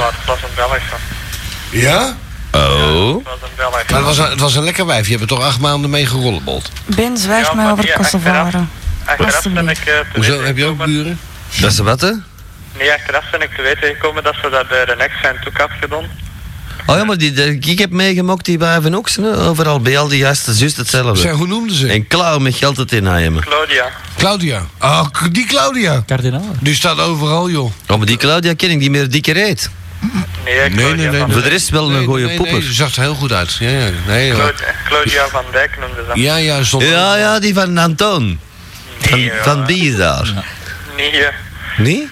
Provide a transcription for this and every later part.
het was een Belgische. Ja? Oh. Het was een Belgische. Maar het was een lekker wijf. Je hebt er toch 8 maanden mee gerollenbold. Ben zwijgt Ja, mij maar over die Kosovaren. Achteraf ben ik te Hoezo? weten Heb je ook gekomen- buren? Dat is wat, hè? Nee, achteraf ben ik te weten gekomen dat ze dat bij de next zijn toek had gedaan. Oh ja, maar ik heb meegemaakt die wijven ook, hè. Overal bij al die gasten, juist hetzelfde. Zeg, hoe noemden ze? En klauw met geld het innemen. Claudia. Claudia. Oh, die Claudia. Kardinaal. Die staat overal, joh. Oh, maar die Claudia ken ik niet meer, dikke reet. Nee, Claudia van Voor de rest wel een goeie popper. Nee, ze zag er heel goed uit. Ja, ja. Nee, hoor. Claudia van Dijk noemde ze. Ja, stond Ja, ja, die van Anton. Van Bier daar. Nee, Nee?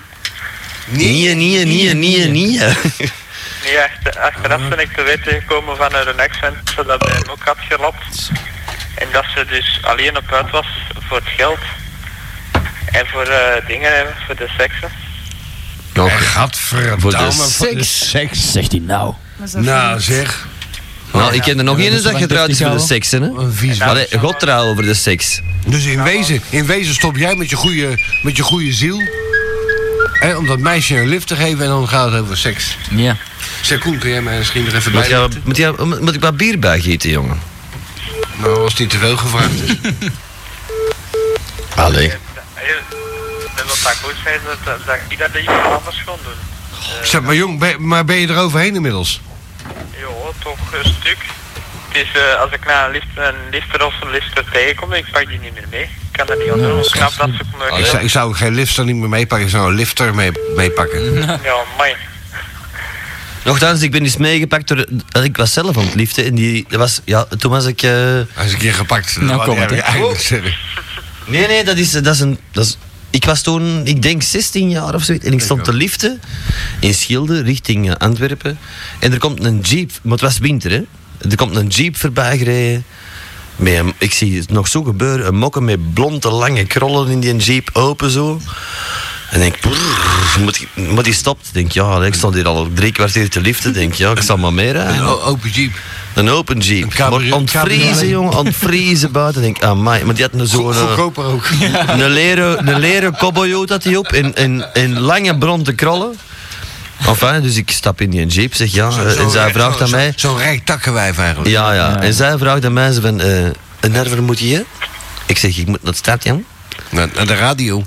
Nee. nee, achteraf ben ik te weten gekomen van een accent dat ze dat bij hem ook had gelapt. En dat ze dus alleen op uit was voor het geld. En voor dingen, voor de seksen. Gadverdamme. Voor de Voor de seks. Zegt hij nou. Nou, zeg. Nou, ik ken er nog Ja, één dat dat is getrouwd is voor de lang seks, hè? Een vies. Allee, God trouw over de seks. Dus in wezen stop jij met je goede ziel. Hè, om dat meisje een lift te geven en dan gaat het over seks. Ja. Zeg, Koen, kun jij mij misschien er even Moet, bij moet ik wat bier bijgieten, jongen? Nou, als het niet te veel gevraagd is. Allee. Dat wil dat goed zijn dat ik dat iemand anders gewoon doen. Zeg, maar jong, ben je er overheen inmiddels? Ja, toch een stuk. Het is, als ik naar een lifter of een lifter tegenkom, ik pak die niet meer mee. Ik kan dat niet aan doen. Ik snap dat ze me... Ik zou geen lifter niet meer meepakken, ik zou een lifter meepakken. Ja, mooi. Nochtans, ik ben eens meegepakt door... Ik was zelf aan het liften en dat was... Ja, toen was ik... Als ik een keer gepakt, Nou, kom ja, het, hè. eigenlijk zeggen. Nee, dat is... Ik was toen, ik denk 16 jaar of zoiets, en ik stond te liften in Schilde richting Antwerpen. En er komt een jeep, maar het was winter, hè. Er komt een jeep voorbij gereden. Ik zie het nog zo gebeuren, een mokken met blonde lange krollen in die jeep, open zo. En ik denk, maar die stopt. Ik denk, ja, ik stond hier al 3 kwartier te liften. Denk, ja, ik zal maar meer rijden. Een open jeep. Een open jeep. Maar ontvriezen, jongen, ontvriezen buiten. Denk, amai, maar die had zo'n... Goedkoper ook. Een leren cowboyhoed had hij op en lange blonde krollen. Enfin, dus ik stap in die jeep, zeg ja. En zij vraagt aan mij... Zo'n rijk takkenwijf eigenlijk. Ja. En zij vraagt aan mij, ze van... een nerver moet je? Ik zeg, ik moet naar de stad, jong. Naar de radio.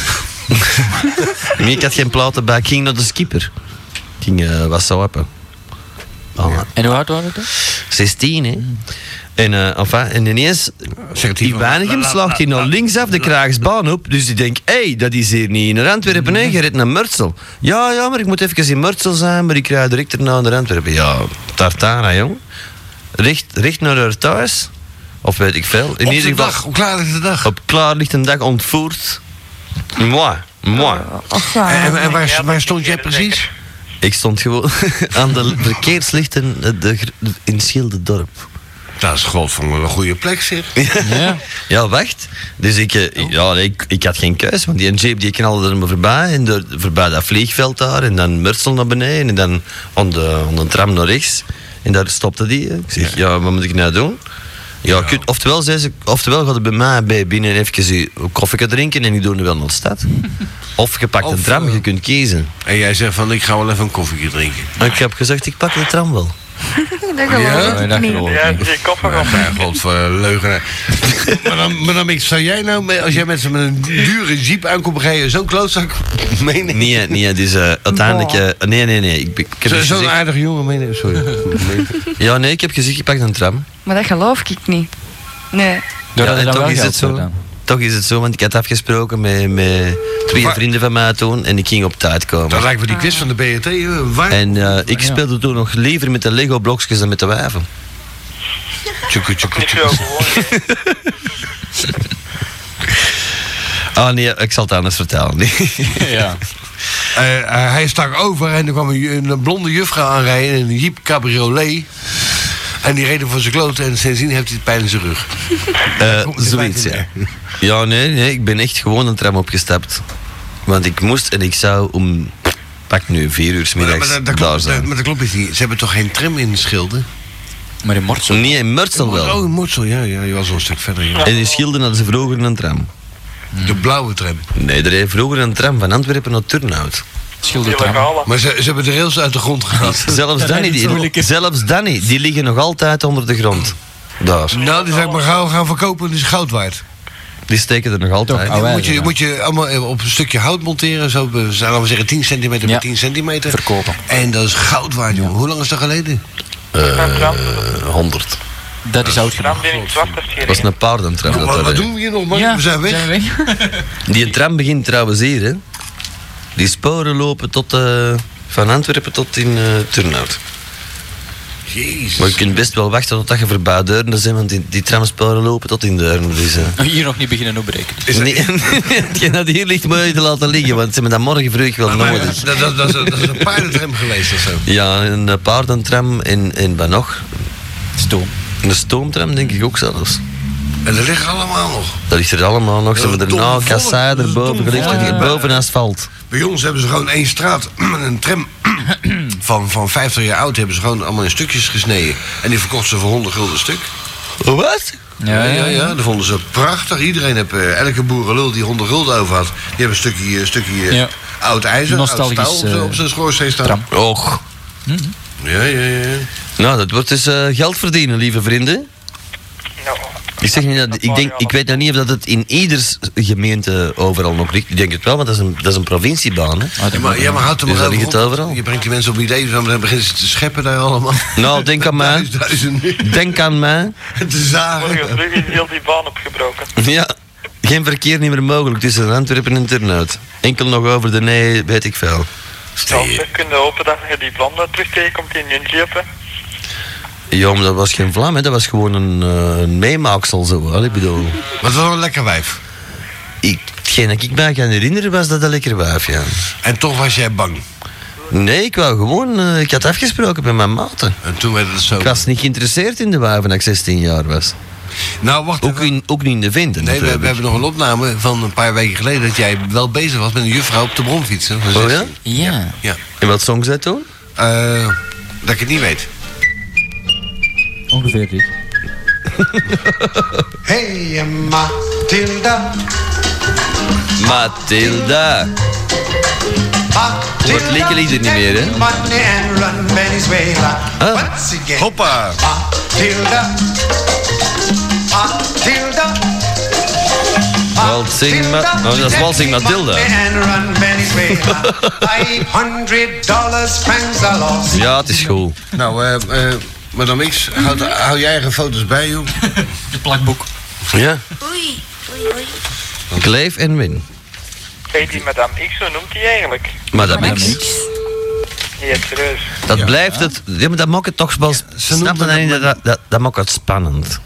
Nee, ik had geen platen bij, ik ging naar de skipper. Ik ging wat sappen. En hoe oud waren het dan? 16, hè. En ineens, die Weinigem slaagt hij naar linksaf de Kraagsbaan op. Dus ik denk, hé, dat is hier niet in Antwerpen, hè. Je rijdt naar Murtsel. Ja, maar ik moet even in Murtsel zijn, maar ik rijd direct erna naar Antwerpen. Ja, tartana, jong. Recht naar haar thuis. Of weet ik veel. In ieder geval, Op klaarlichte dag. op klaarlichte dag ontvoerd. Moi. En waar stond jij precies? Ik stond gewoon aan de verkeerslichten in Schilderdorp. Dat is godverdomme een goede plek, zeg. Ja. Ja, wacht. Dus ik had geen keus, want die jeep die knalde er me voorbij. En voorbij dat vliegveld daar. En dan Murtsel naar beneden. En dan aan de tram naar rechts. En daar stopte die. Ik zeg, ja, wat moet ik nou doen? Ja, oftewel gaat het bij mij bij binnen even koffie drinken en ik doe nu wel naar de stad. Of je pakt een tram, je kunt kiezen. En jij zegt van, ik ga wel even een koffie drinken. En ik heb gezegd, ik pak de tram wel. Dat geloof ik niet. Ja, die koffer op. Ja, god voor leugenaar. maar dan zou jij nou, als jij met een dure jeep aankomt rijden, zo'n klootzak meenemen? Nee, dus uiteindelijk... nee. Ik heb dus Zo'n gezegd, aardige jongen meenemen, sorry. ja, nee, ik heb gezegd, je pakt een tram. Maar dat geloof ik niet. Nee. Ja, en toch is het zo. Toch is het zo, want ik had afgesproken met 2 vrienden van mij toen en ik ging op tijd komen. Dat lijkt me die quiz van de BRT. En ik speelde toen nog liever met de Lego-blokjes dan met de wijven. Niet zo gewoon. Ah nee, ik zal het anders vertellen. Ja. Hij stak over en er kwam een blonde juffrouw aanrijden in een Jeep Cabriolet. En die reden voor zijn kloten en sindsdien heeft hij het pijn in zijn rug. Zoiets, ja. Ja, nee, ik ben echt gewoon een tram opgestapt. Want ik moest en ik zou om... Pak nu 4 uur 's middags daar zijn. Maar dat klopt niet. Ze hebben toch geen tram in Schilde? Maar in Mortsel. Nee, in Murtsel wel. Oh, in Mortsel, ja. Je was al een stuk verder. Ja. En in Schilden hadden ze vroeger een tram. De blauwe tram. Nee, er is vroeger een tram van Antwerpen naar Turnhout. Schildertram. illegale. Maar ze hebben de rails uit de grond gehaald. Zelfs Danny, die liggen nog altijd onder de grond. Daar. Nou, die zou ik maar gauw gaan verkopen, die is goud waard. Die steken er nog altijd. Toch, ouwe. Moet je allemaal op een stukje hout monteren, zo, laten we zeggen 10 centimeter bij 10 centimeter. Verkopen. En dat is goud waard, jongen. Hoe lang is dat geleden? 100. Dat is oud Tram genoeg. die in het zwart heeft Dat gereden. is een paardentram. dat Wat daar, doen we hier nog, man? Ja, We zijn weg. Die tram begint trouwens hier, hè. Die sporen lopen tot, van Antwerpen tot in Turnhout. Jezus. Maar je kunt best wel wachten totdat je voorbij Deurne bent, want die tramsporen lopen tot in Deurne. Dus, Hier nog niet beginnen opbreken. nee, hetgeen dat hier ligt moet je te laten liggen, want ze hebben dat morgen vroeg wel Maar nodig. dat is een paardentram geweest of zo. Ja, een paardentram en wat nog? Stoom. Een stoomtram denk ik ook zelfs. En dat liggen allemaal nog. Dat ligt er allemaal nog. Ze hebben er nou kasseien erboven gelegd, boven asfalt. Bij ons hebben ze gewoon één straat met een tram van 50 jaar oud hebben ze gewoon allemaal in stukjes gesneden. En die verkochten ze voor 100 gulden een stuk. Wat? Ja. Dat vonden ze prachtig. Iedereen heeft, elke boerenlul die 100 gulden over had, die hebben een stukje Ja. oud ijzer, oud Nostalgisch, staal op zijn schoorsteen staan. tram. Och. Ja. Nou, dat wordt dus geld verdienen, lieve vrienden. Nou, Ik zeg niet dat, ik weet nou niet of dat het in ieders gemeente overal nog ligt. Ik denk het wel, want dat is een provinciebaan. Hè? Ja, maar houd er Dus maar dat ligt over het op. overal. Je brengt die mensen op ideeën, dan beginnen ze te scheppen daar allemaal. Nou, denk aan mij. Duizenden. Denk aan mij. Te zagen. morgen vroeg is heel die baan opgebroken. Ja, geen verkeer niet meer mogelijk tussen Antwerpen en Turnhout. Enkel nog over de nee, weet ik veel. Zelfs kun je hopen dat je die banden terug tegenkomt in je jeep. Hè. Ja, maar dat was geen vlam, hè. Dat was gewoon een meemaaksel zo. Hè. Ik bedoel, Wat was een lekker wijf. hetgeen dat ik mij kan herinneren was dat een lekker wijf, ja. En toch was jij bang. Nee, ik wou gewoon, ik had afgesproken met mijn maten. En toen werd het zo. Ik was niet geïnteresseerd in de wijven toen ik 16 jaar was. Nou, wacht even. Ook niet in de venten. Nee, we natuurlijk. hebben nog een opname van een paar weken geleden dat jij wel bezig was met een juffrouw op de bronfiets. Hè, van Oh ja? 16. Ja. Ja. En wat zong zij toen? Dat ik het niet weet. Ongeveer dit. Hey, Matilda. Matilda. Wordt lekker lieder niet meer, hè? Money and run Venezuela. Ah. Once again. Hoppa! Matilda. Matilda. Waltzing oh, dat is Waltzing Matilda. Money and run Venezuela. $500 francs are lost. Ja, het is goed. Nou, Madame X, hou jij eigen foto's bij, joh? Het plakboek. Ja. Oei. Kleef en win. Hey, die Madame X, hoe noemt die eigenlijk? Madame X. Ja, serieus. Dat blijft het. Ja, maar dat maakt het toch wel. ze Snap noemt je het niet? Dat maakt het spannend.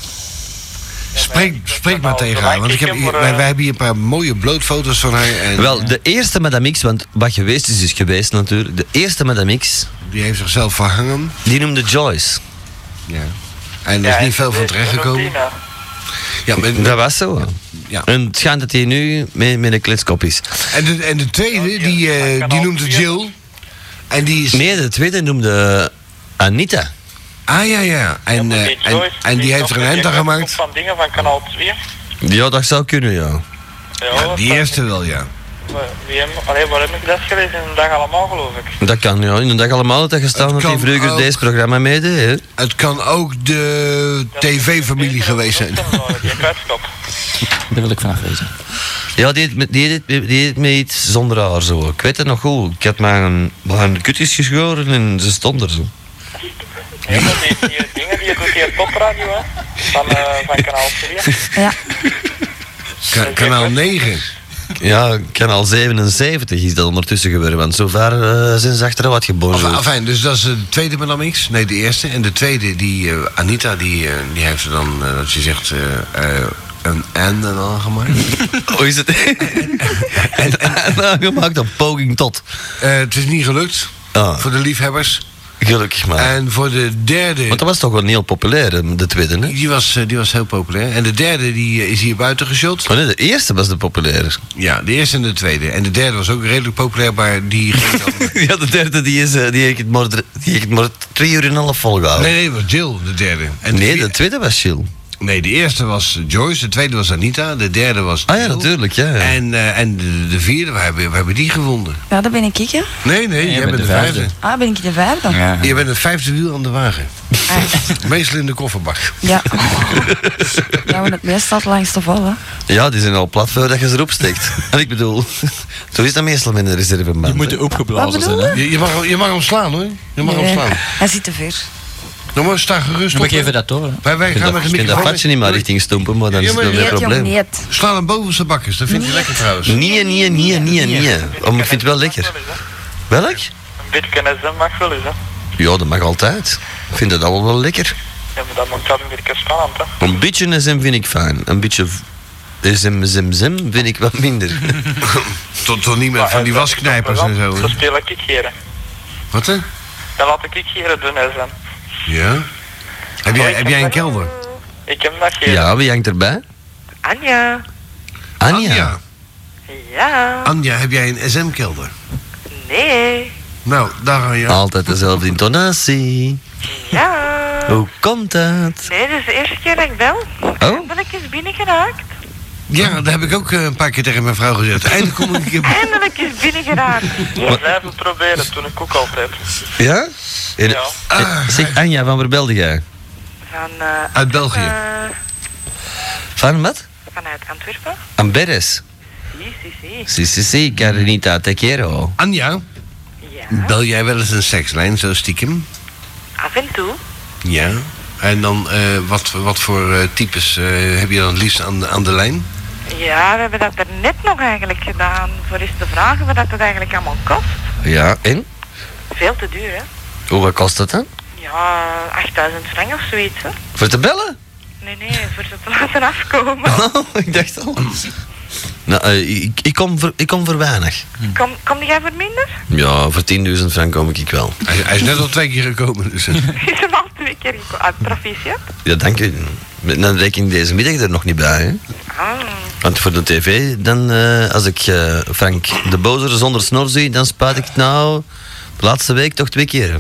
Spreek maar tegen haar, want wij hebben hier een paar mooie blootfoto's van haar. En Wel, de eerste Madame X, want wat geweest is geweest natuurlijk. De eerste Madame X, die heeft zichzelf verhangen. die noemde Joyce. Ja. En er is niet veel van terechtgekomen. Ja, maar, Dat was zo. Ja. En het schijnt dat hij nu met een kletskop is. en de tweede, die noemde Jill. En die is... Nee, de tweede noemde Anita. Ah, ja. En die heeft er een eind aan gemaakt. Van dingen van kanaal 2. Ja, dat zou kunnen, ja. Ja, die eerste wel, ja. Waar heb ik dat gelezen? In een dag allemaal, geloof ik. Dat kan, ja. In de dag allemaal dat gestaan Het dat hij kan vroeger ook. deze programma meedeed. Hè. Het kan ook de tv-familie geweest zijn. Die kruidskop. Daar wil ik vanaf wezen. Ja, die deed met iets zonder haar zo. Ik weet het nog goed. Ik had maar een kutjes geschoren en ze stond er zo. Ja, maar die dingen die doet die topradio, hè? Van kanaal 2. Ja. Kanaal 9. Ja, kanaal 77 is dat ondertussen gebeurd, want zover zijn ze achteruit wat geboren. Enfin, dus dat is de tweede Madame X. Nee, de eerste. En de tweede, die Anita, die heeft er dan, dat je zegt, een N en aangemaakt. Hoe is het? en aangemaakt op poging tot. Het is niet gelukt. Ah. Voor de liefhebbers. Gelukkig maar. En voor de derde... Want dat was toch wel heel populair, hè, de tweede, hè? Die was heel populair. En de derde die is hier buiten geshot. Oh nee, de eerste was de populaire. Ja, de eerste en de tweede. En de derde was ook redelijk populair, maar die ging dan... Ja, de derde die heeft het maar 3 uur en een half volgehouden. Nee, dat was Jill, de derde. En Nee, de tweede was chill. Nee, de eerste was Joyce, de tweede was Anita, de derde was... Ah ja, Jill. natuurlijk, ja. En de vierde, we hebben die gevonden. Ja, dat ben ik, hè. Nee, jij bent de vijfde. Ah, ben ik de vijfde? Ja. Je bent het vijfde wiel aan de wagen. Meestal in de kofferbak. Ja. Ja, maar het meestal het langste vol, hè. Ja, die zijn al plat voordat je ze erop steekt. En ik bedoel, zo is dat meestal met een reserveband. Die moeten opgeblazen Wat zijn, bedoel hè. Je mag hem slaan, hoor. Je mag hem Nee, slaan. hij zit te ver. Nou, maar sta gerust We op. geven dat door, hè. Wij gaan met de Je kunt dat microfoon... vatje niet maar richting stompen, maar dan is Ja, het maar- wel een Niet, jong, probleem. niet. Sla hem boven zijn bakkers, dat vindt hij lekker trouwens. Nee. Oh, maar ik vind het wel lekker. Welk? Een beetje SM mag wel eens, hè. Ja, dat mag altijd. Ik vind het allemaal wel lekker. Ja, maar dat maakt dat een beetje spannend, hè. Een beetje SM vind ik fijn. Een beetje SM vind ik wat minder. Tot niet meer van die wasknijpers en zo. Zo hè. speel ik hier, hè. Wat hè? Dan laat ik hier doen, SM. Ja. Heb jij een kelder? Ik heb dat hier. Ja, wie hangt erbij? Anja. Anja. Ja. Anja, heb jij een SM-kelder? Nee. Nou, daar ga je. Altijd dezelfde intonatie. Ja. Hoe komt dat? Nee, dit is de eerste keer dat ik bel. Oh? Eindelijk is binnengeraakt. Ja, dat heb ik ook een paar keer tegen mijn vrouw gezegd. Eindelijk kom ik een keer... Eindelijk is binnengeraakt. We blijven proberen, toen ik ook altijd. Ja? Ja. Zeg Anja, van waar belde jij? Van, Uit België. Van wat? Vanuit Antwerpen. Amberes. Si, Carinita te quiero. Anja, Ja. bel jij wel eens een sekslijn, zo stiekem? Af en toe. Ja. En dan, wat voor types heb je dan het liefst aan de lijn? Ja, we hebben dat er net nog eigenlijk gedaan. Voor eens te vragen wat dat het eigenlijk allemaal kost. Ja, en? Veel te duur, hè. Hoe, wat kost dat dan? Ja, 8000 frank of zoiets, hè. Voor te bellen? Nee, voor ze te laten afkomen. Oh, ik dacht al. Nou, ik kom voor weinig. Kom jij voor minder? Ja, voor 10.000 frank kom ik wel. Hij is net al 2 keer gekomen. Dus, Is hem al 2 keer uit proficiat? Ja, dank u. Dan reken ik deze middag er nog niet bij, hè. Ah, Want voor de tv, dan, als ik Frank de Bozer zonder snor zie, dan spuit ik het nou de laatste week toch 2 keer.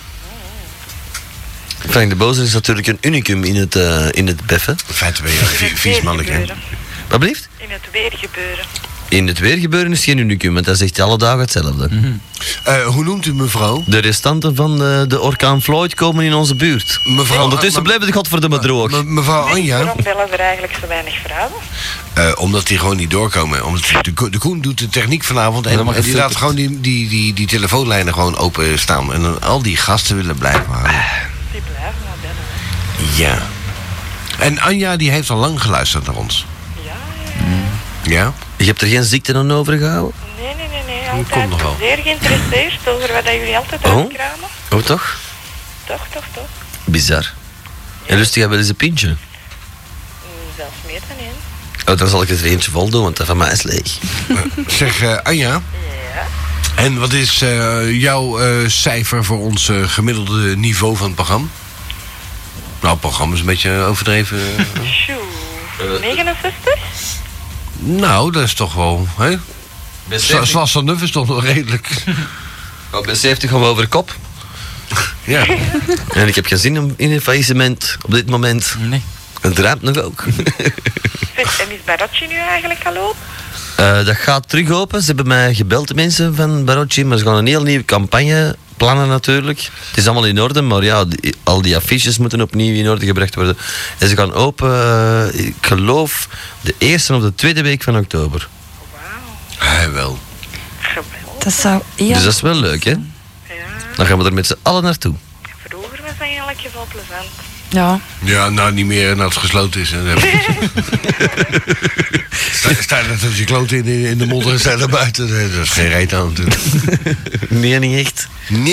Frank de Bozer is natuurlijk een unicum in het beffen. in feite ben je een vies mannetje. hè? Wat blieft? in het weer gebeuren. In het weergebeuren is geen unicum, want hij zegt alle dagen hetzelfde. Hoe noemt u mevrouw? De restanten van de orkaan Floyd komen in onze buurt. Mevrouw- Ondertussen blijft het godverdomme droog. Mevrouw Anja? Waarom bellen er eigenlijk zo weinig vrouwen? Omdat die gewoon niet doorkomen. Omdat de Koen doet de techniek vanavond en mag die gefilterd. laat gewoon die telefoonlijnen gewoon open staan. En dan al die gasten willen blijven hangen. Die blijven maar bellen. Hè. Ja. En Anja die heeft al lang geluisterd naar ons. Ja, Ja? Je hebt er geen ziekte aan overgehouden? nee. komt Altijd nog wel. zeer geïnteresseerd over wat dat jullie altijd Oh? uitkramen. Oh, toch? Toch. Bizar. En lustig, jij wel eens een pintje? Zelfs meer dan één. Oh, dan zal ik het er eentje vol doen, want dat van mij is leeg. Zeg Anja, Ja. en wat is jouw cijfer voor ons gemiddelde niveau van het programma? Nou, het programma is een beetje overdreven. Sjoe. 69? Nou, dat is toch wel... Hè? Slas van Nuff is toch wel redelijk. Bij 70 gaan we over de kop. Ja. En ik heb geen zin in een faillissement op dit moment. Nee. Het ruimt nog ook. Zeg, en is Barocci nu eigenlijk al open? Dat gaat terug open. Ze hebben mij gebeld, de mensen van Barocci, maar ze gaan een heel nieuwe campagne plannen natuurlijk. Het is allemaal in orde, maar ja, al die affiches moeten opnieuw in orde gebracht worden. En ze gaan open, ik geloof, de eerste of de tweede week van oktober. Hij wel. Geweldig. Dat zou heel... Dus dat is wel leuk, hè? Ja. Dan gaan we er met z'n allen naartoe. Vroeger was dat in elk geval plezant. Ja. Ja, nou niet meer nadat het gesloten is. Hè. Dan heb je- Sta je net als je kloot in de modder en sta je naar buiten. Dat is geen reet aan natuurlijk. Nee, niet echt.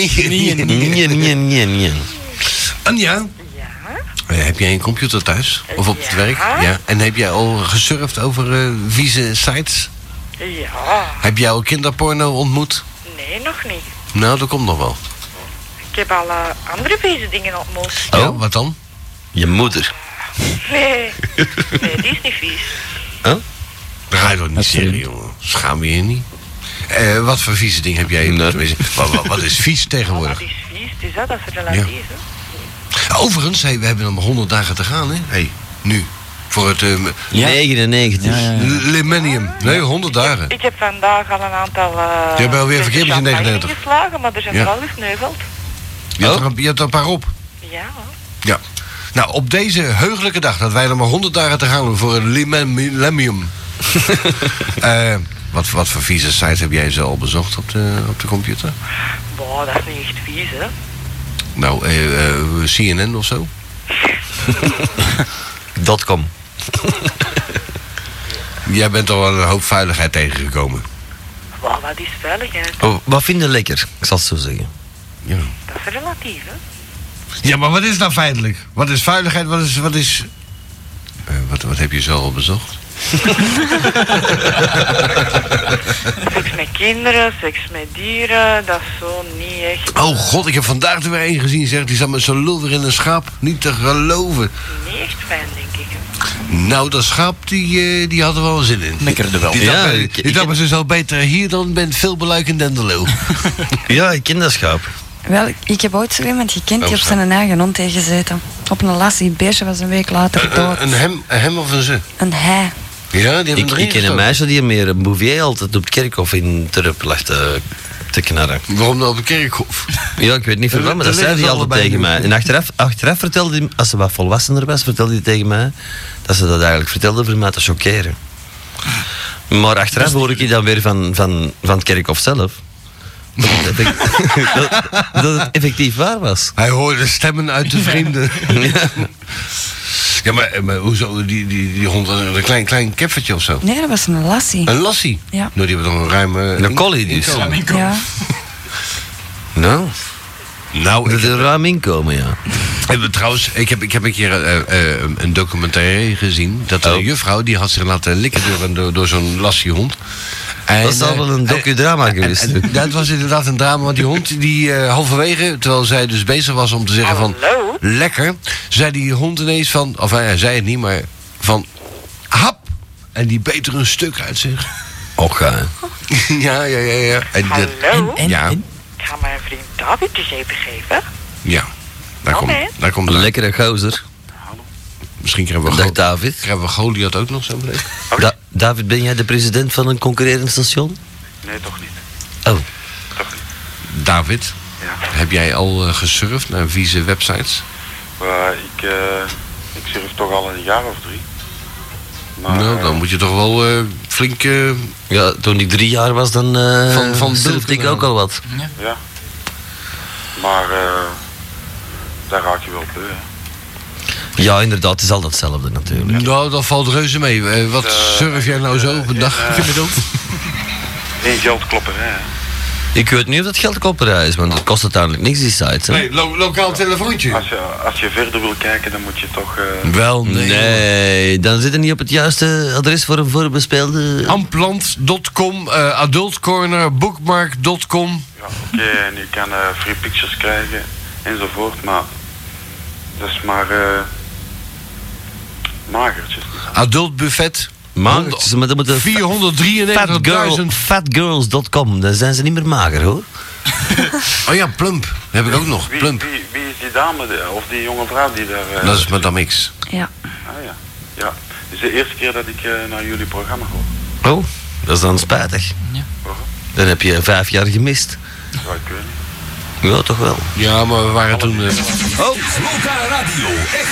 Nee. Anja, Ja. heb jij een computer thuis? Of op het Ja. werk? Ja. En heb jij al gesurfd over vieze sites? Ja. Heb jij al kinderporno ontmoet? Nee, nog niet. Nou, dat komt nog wel. Ik heb al andere vieze dingen ontmoet. Ja, wat dan? Je moeder. Nee. Nee, die is niet vies. Oh? Dat ga je toch niet zeggen, jongen. Schaam je je niet? Wat voor vieze dingen heb jij? Nee. Tenminste, wat is vies Wat tegenwoordig? is vies? Het is dat is relatief, hè. Overigens, we hebben nog maar 100 dagen te gaan, hè? Hey. Nu. Voor het 99. Ja. Limenium. Nee, 100 dagen. Ik heb vandaag al een aantal... Je hebt alweer verkeerd in 99. geslagen, maar er zijn Ja. wel gesneuveld. Je hebt er een paar op. Ja, hoor. Ja. Nou, op deze heugelijke dag, dat wij er maar 100 dagen te gaan hebben voor een Limenium. Wat voor vieze sites heb jij zo al bezocht op de computer? Boah, dat is niet echt vies, hè. Nou, CNN of zo? .com. Jij bent al een hoop vuiligheid tegengekomen. Wow, wat is veiligheid? Oh, wat vind je lekker? Ik zal het zo zeggen. Ja. Dat is relatief, hè. Ja, maar wat is nou feitelijk? Wat is vuiligheid? Wat heb je zo al bezocht? Seks met kinderen, seks met dieren, dat is zo niet echt... Oh god, ik heb vandaag er weer één gezien, zeg. Die zat met zo'n lul weer in een schaap. Niet te geloven. Niet echt fijn, denk ik. Nou, dat schaap, die had er wel zin in. Mekkerde wel. Die Ja, dacht, ik- maar ze zo beter hier dan bent veel beluik in Denderleeuw. Ja, ik ken dat schaap. Wel, ik heb ooit zo iemand gekend die op schat. zijn eigen hond heeft gezeten. Op een lassie, beestje was een week later dood. Een hem of een ze? Een hij. Ja, die hebben Ik ken een meisje die meer een bouvier altijd op het kerkhof in Turp lag te knarren. Waarom dan op een kerkhof? Ja, ik weet niet van wat, maar dat Er zei liggen hij ze altijd allebei tegen nu. mij. En achteraf vertelde hij, als ze wat volwassener was, vertelde hij tegen mij dat ze dat eigenlijk vertelde voor mij te choqueren. Maar achteraf hoor ik dan weer van het kerkhof zelf dat het effectief waar was. Hij hoorde stemmen uit de vrienden. Ja, maar hoezo? Die hond, een klein keffertje of zo? Nee, dat was een lassie. Een lassie? Ja. Nou, die hebben toch een ruime... Een collie dus. inkomen. Ja. Nou, Nou, dat er ruim inkomen, ja. trouwens, ik heb een keer een documentaire gezien. Dat er een juffrouw, die had zich laten likken door zo'n lassiehond. En, Dat is al wel een docudrama geweest. Dat was inderdaad een drama, want die hond die halverwege, terwijl zij dus bezig was om te zeggen van Hallo? lekker, zei die hond ineens van, of hij zei het niet, maar van hap. En die beet er een stuk uit zich. Och, ja. Ja. En Hallo? ja, Ik ga mijn vriend David eens even geven. ja. Oké. Daar komt Een het. lekkere gozer. Misschien krijgen we, Dag David. krijgen we Goliath ook nog zo meteen. David, ben jij de president van een concurrerend station? Nee, toch niet. Oh, Toch niet. David, Ja. heb jij al gesurfd naar vieze websites? Maar ik surf toch al een jaar of 3. Maar, Nou, dan moet je toch wel flink... ja, toen ik 3 jaar was, dan Van surfde ik beeld ook al wat. Ja. Maar daar raak je wel beu, hè. Ja, inderdaad, het is altijd hetzelfde natuurlijk. Nou, dat valt reuze mee. Wat surf jij nou zo op een dag gemiddeld? Eén geldklopperij, hè. Ik weet niet of dat geldkopperij is, want dat kost uiteindelijk niks, die sites. Hè? Nee, lokaal telefoontje. Als je verder wil kijken, dan moet je toch... Wel, Nee, dan zit er niet op het juiste adres voor een voorbespeelde... Ampland.com, adultcorner, bookmark.com. Ja, oké, en je kan free pictures krijgen, enzovoort, maar... Dat is maar... magertjes. Adultbuffet. Magertjes, maar dat moet een 493.000. fatgirls.com, dan zijn ze niet meer mager, hoor. Oh ja, Plump. Heb ik ook nog. Wie Plump. is die dame, of die jonge vrouw die daar... Dat is Madame X. Ja. Ah ja. Ja, het is de eerste keer dat ik naar jullie programma hoor. Oh, dat is dan spijtig. Waarom? Dan heb je 5 jaar gemist. Ja, ik weet niet. Ja, toch wel. Ja, maar we waren toen... Loka Radio.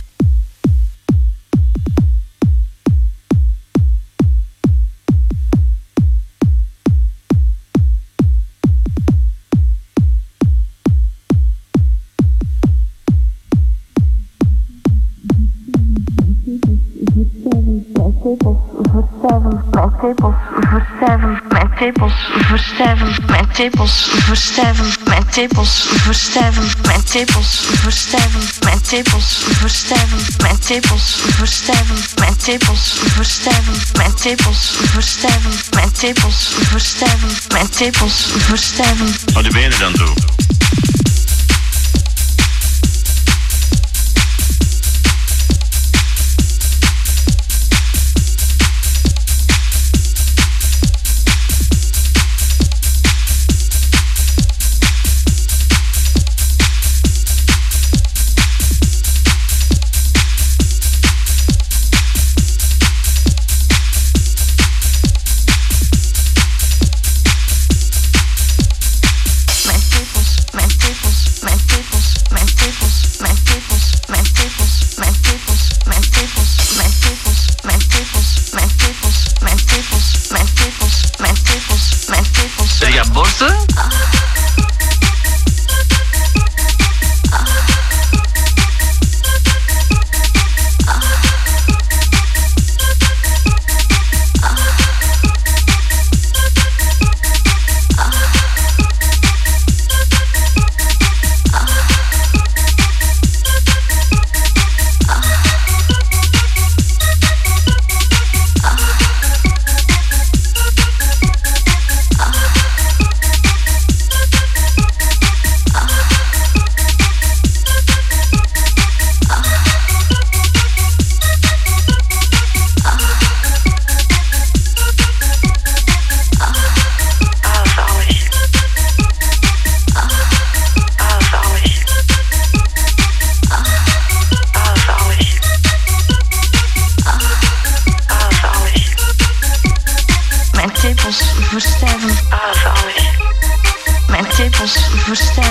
Hou de benen dan zo.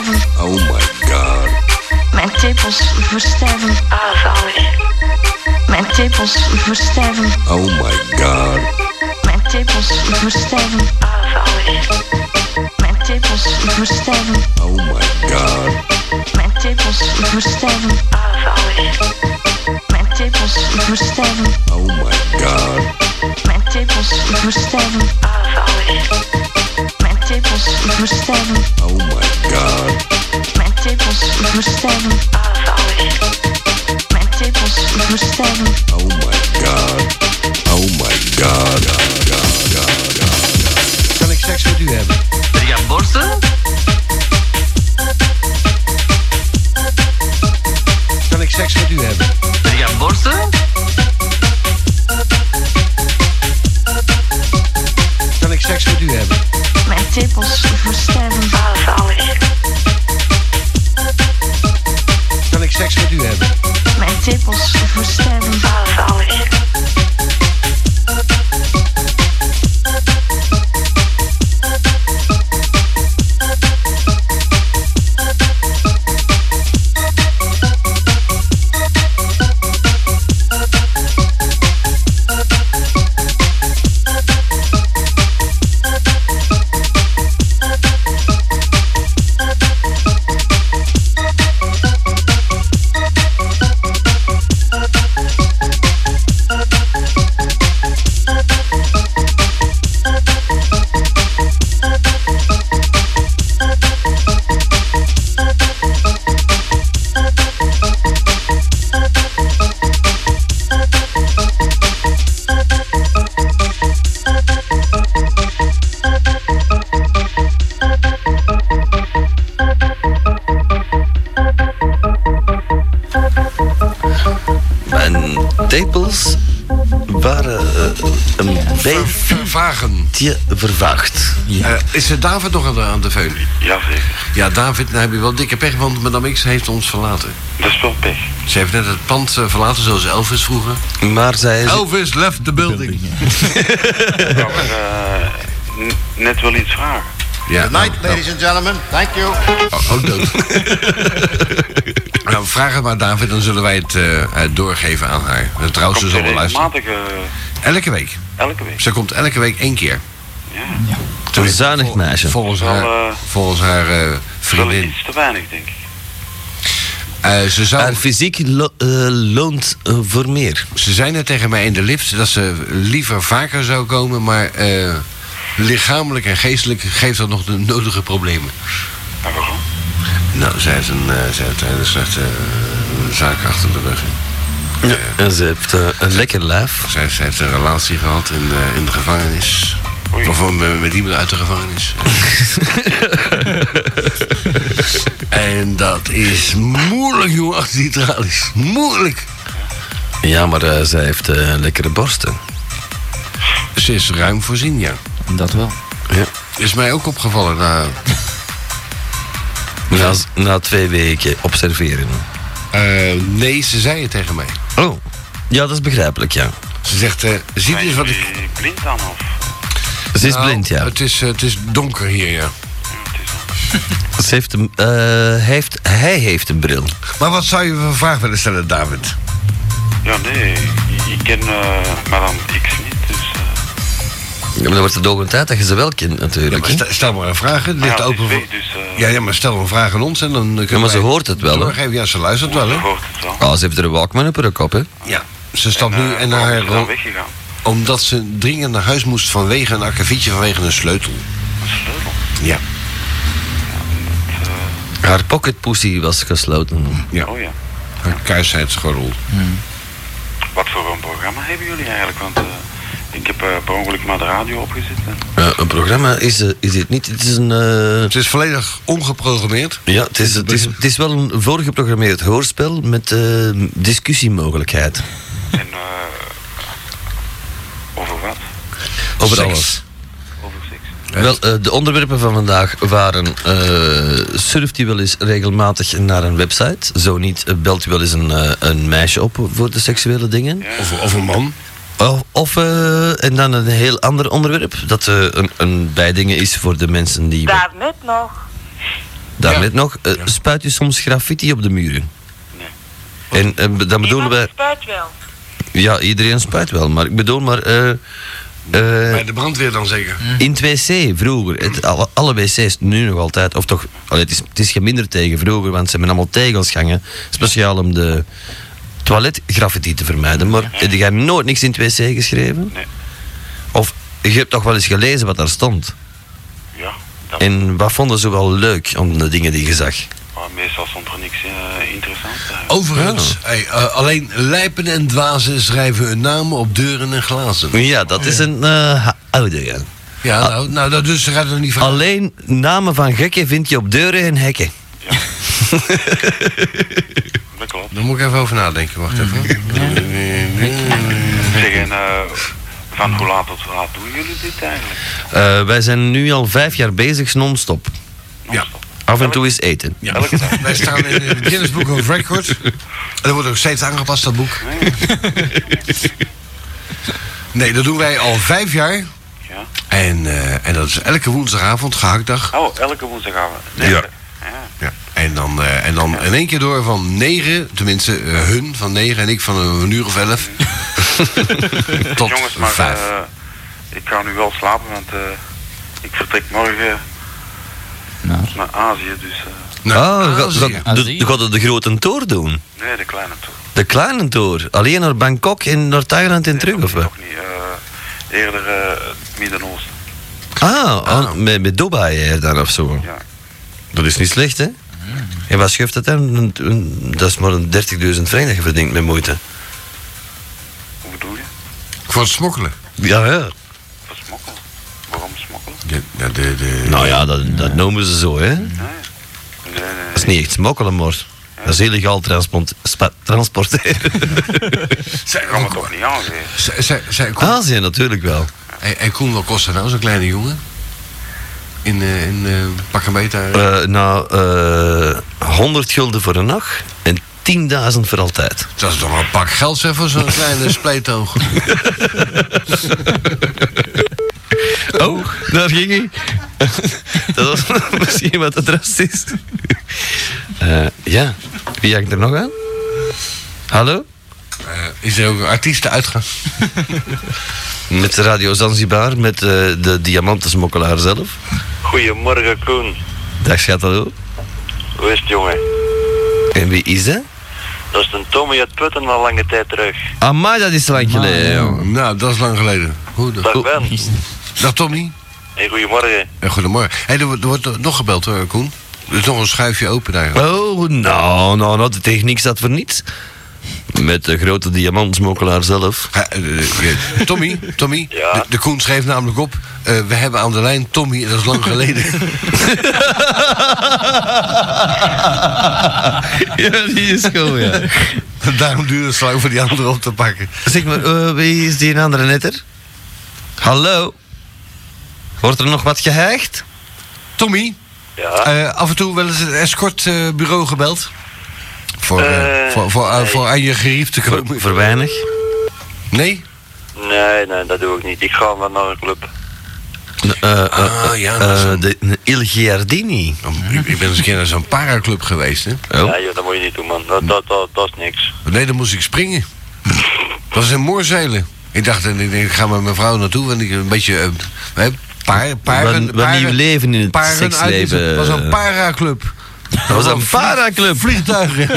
verstijven. Oh my god. Mijn tepels verstijven. Zalig. Mijn tepels verstijven. Oh my god. Mijn tepels verstijven. Zalig. Mijn tepels verstijven. Oh my god. Mijn tepels verstijven. Zalig. Mijn tepels verstijven. Oh my god. Mijn tepels verstijven. Zalig. Mijn tepels verstijven. Oh my god. Mijn tepels verstijven. Zalig. Mijn tepels verstijven. Oh my god. Oh my god. Kan ik seks met u hebben? Ben je aan borsten? Kan ik seks met u hebben? Ben je aan borsten? Kan ik seks met u hebben? Mijn tepels verstijven. Zalig. Kan ik seks met u hebben? Mijn tepels verstijven. Zalig. Tepels waren een beetje vervaagd. Is er David nog aan de veul? Jazeker. Ja, David, nou heb je wel dikke pech, want Madame X heeft ons verlaten. Dat is wel pech. Ze heeft net het pand verlaten, zoals Elvis vroeger. Maar zij is... Elvis left the building. Nou, net wel iets vragen. Ja, Good night, ladies and gentlemen. Thank you. Ook dood. Nou, vraag het maar, David, dan zullen wij het doorgeven aan haar. Trouwens, ze zal wel luisteren. Elke week. Elke week? Ze komt elke week 1 keer. Ja. Een zuinig meisje. Volgens haar vriendin. Iets te weinig, denk ik. Haar fysiek loont voor meer. Ze zei net tegen mij in de lift dat ze liever vaker zou komen, maar lichamelijk en geestelijk geeft dat nog de nodige problemen. En waarom? Nou, zij heeft een slechte zaak achter de rug. Ja, en ze heeft een lekker lijf. Zij heeft een relatie gehad in de gevangenis. Oei. Of met iemand uit de gevangenis. En dat is moeilijk, jongen, achter die tralies. Moeilijk. Ja, maar zij heeft lekkere borsten. Ze is ruim voorzien, ja. Dat wel. Ja. Is mij ook opgevallen Na 2 weken observeren. Nee, ze zei het tegen mij. Oh, ja, dat is begrijpelijk, ja. Ze zegt, ziet u eens wat ik... blind dan, of? Ze is blind, ja. Het is donker hier, ja. Ze heeft hij heeft een bril. Maar wat zou je voor vraag willen stellen, David? Ja, nee, ik ken Madame X niet, dus... Ja, maar dan wordt het ook een tijd dat je ze wel kent, natuurlijk. Ja, maar stel maar een vraag, het ligt open voor... Ja, maar stel een vraag aan ons en dan kunnen maar ze hoort het wel, hè? Ja, ze luistert wel, hè? Ze hoort het wel. Ze heeft er een Walkman op haar kop, hè? Ja, ze stapt nu en naar haar... weggegaan? Omdat ze dringend naar huis moest vanwege een akkefietje, vanwege een sleutel. Een sleutel? Ja. Haar pocketpussy was gesloten. Ja. Oh ja. Haar kuisheidsgordel. Wat voor een programma hebben jullie eigenlijk? Want ik heb per ongeluk maar de radio opgezet. Een programma is het niet. Het is een... Het is volledig ongeprogrammeerd. Ja, het is wel een voorgeprogrammeerd hoorspel met discussiemogelijkheid. En over wat? Over Seks. alles. Over seks. Wel, de onderwerpen van vandaag waren... surft u wel eens regelmatig naar een website? Zo niet, belt u wel eens een meisje op voor de seksuele dingen? Ja. Of een man. En dan een heel ander onderwerp. Dat een bijdingen is voor de mensen die... Daar net nog. Daarnet nog, spuit u soms graffiti op de muren? Nee. En dan bedoelen wij... spuit wel. Ja, iedereen spuit wel, maar ik bedoel maar... Bij de brandweer dan zeker? in het wc vroeger, alle wc's nu nog altijd, of toch, het is geminderd tegen vroeger, want ze hebben allemaal tegels speciaal om de toiletgraffiti te vermijden. Maar heb jij nooit niks in het wc geschreven? Nee. Of je hebt toch wel eens gelezen wat daar stond? Ja. En wat vonden ze wel leuk om de dingen die je zag? Maar meestal stond er niks interessants. Overigens, alleen lijpen en dwazen schrijven hun namen op deuren en glazen. Ja, dat is een oude, ja. Ja, nou dus gaat het er niet van. Alleen namen van gekken vind je op deuren en hekken. Ja. Dat klopt. Daar moet ik even over nadenken, wacht even. Zeg, en van hoe laat tot hoe laat doen jullie dit eigenlijk? Wij zijn nu al 5 jaar bezig, non-stop. Ja. Af en toe is eten. Ja. Wij staan in het Guinness Book of Records. En dat wordt ook steeds aangepast, dat boek. Nee, dat doen wij al 5 jaar. Ja. En dat is elke woensdagavond, gehaktdag. Oh, elke woensdagavond. Nee, Ja. Ja. En dan in één keer door van 9, tenminste hun van 9 en ik van een uur of 11. Tot jongens, maar 5. ik ga nu wel slapen, want ik vertrek morgen naar Azië, dus... Je gaat de grote tour doen? Nee, de kleine tour. De kleine tour? Alleen naar Bangkok en naar Thailand en terug, of wat? Nog niet, eerder het Midden-Oosten. Met Dubai dan of zo? Ja. Dat is niet slecht, hè? En wat schuift dat dan? Dat is maar een 30.000 frank dat je verdient met moeite. Hoe bedoel je? Voor het smokkelen. Ja. Voor smokkelen? Waarom smokkelen? Nou ja, dat noemen ze zo, hè? Nee. Dat is niet echt smokkelen, maar dat is illegaal transporteren. Zij kan het toch niet aangeven? Azië natuurlijk wel. En Koen, wat kost dat nou, zo'n kleine jongen? In pak een beter. 100 gulden voor een nacht en 10.000 voor altijd. Dat is toch wel een pak geld, zeg, voor zo'n kleine spleetoog. Oh, daar ging hij. Dat was misschien wat te drastisch. Ja, wie hangt er nog aan? Hallo? Is er ook een artiestenuitgang? Met Radio Zanzibar, met de diamantensmokkelaar zelf. Goedemorgen, Koen. Dag schat, hallo. Hoe is het, jongen? En wie is dat? Dat is een Tommy uit Putten al lange tijd terug. Amai, dat is lang geleden, jongen. Nou, dat is lang geleden. Dag Ben. Dag Tommy. Hey, goedemorgen. Goedemorgen. Hey, er wordt nog gebeld hoor, Koen. Er is nog een schuifje open daar. Oh, nou, de techniek staat voor niets. Met de grote diamantsmokkelaar zelf. Tommy, ja? de Koen schreef namelijk op... we hebben aan de lijn Tommy, dat is lang geleden. Ja, die is cool, ja. Daarom duurde het zo lang voor die andere op te pakken. Zeg maar, wie is die andere netter? Hallo? Wordt er nog wat geheigd? Tommy? Ja? Af en toe wel eens het escortbureau gebeld? Voor aan je gerief te komen. Voor weinig? Nee? Nee, dat doe ik niet. Ik ga wel naar een club. De Il Giardini. Ik ben eens een keer naar zo'n paraclub geweest, hè? Oh. Nee, dat moet je niet doen, man. Dat is niks. Nee, dan moest ik springen. Dat was in Moorzelen. Ik dacht, ik ga met mijn vrouw naartoe, want ik een beetje... Wanneer leven in het seksleven. Het was een paraclub. Dat was een paraclub. Vliegtuigen.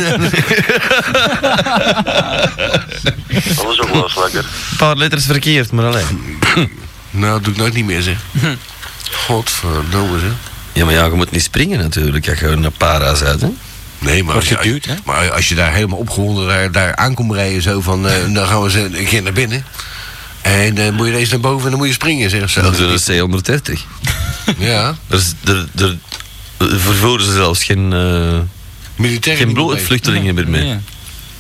Dat was ook wel eens lekker. Een paar letters verkeerd, maar alleen. Nou, dat doe ik nooit niet meer, zeg. Godverdomme, zeg. Ja, maar je moet niet springen natuurlijk. Je gaat naar para's uit, hè? Nee, maar als je daar helemaal opgewonden daar aankomt rijden, zo van, dan gaan we een keer naar binnen. En dan moet je eens naar boven en dan moet je springen, zeg zo. Dat is een C-130. Ja. Er vervoeren ze zelfs geen vluchtelingen meer mee. Ja.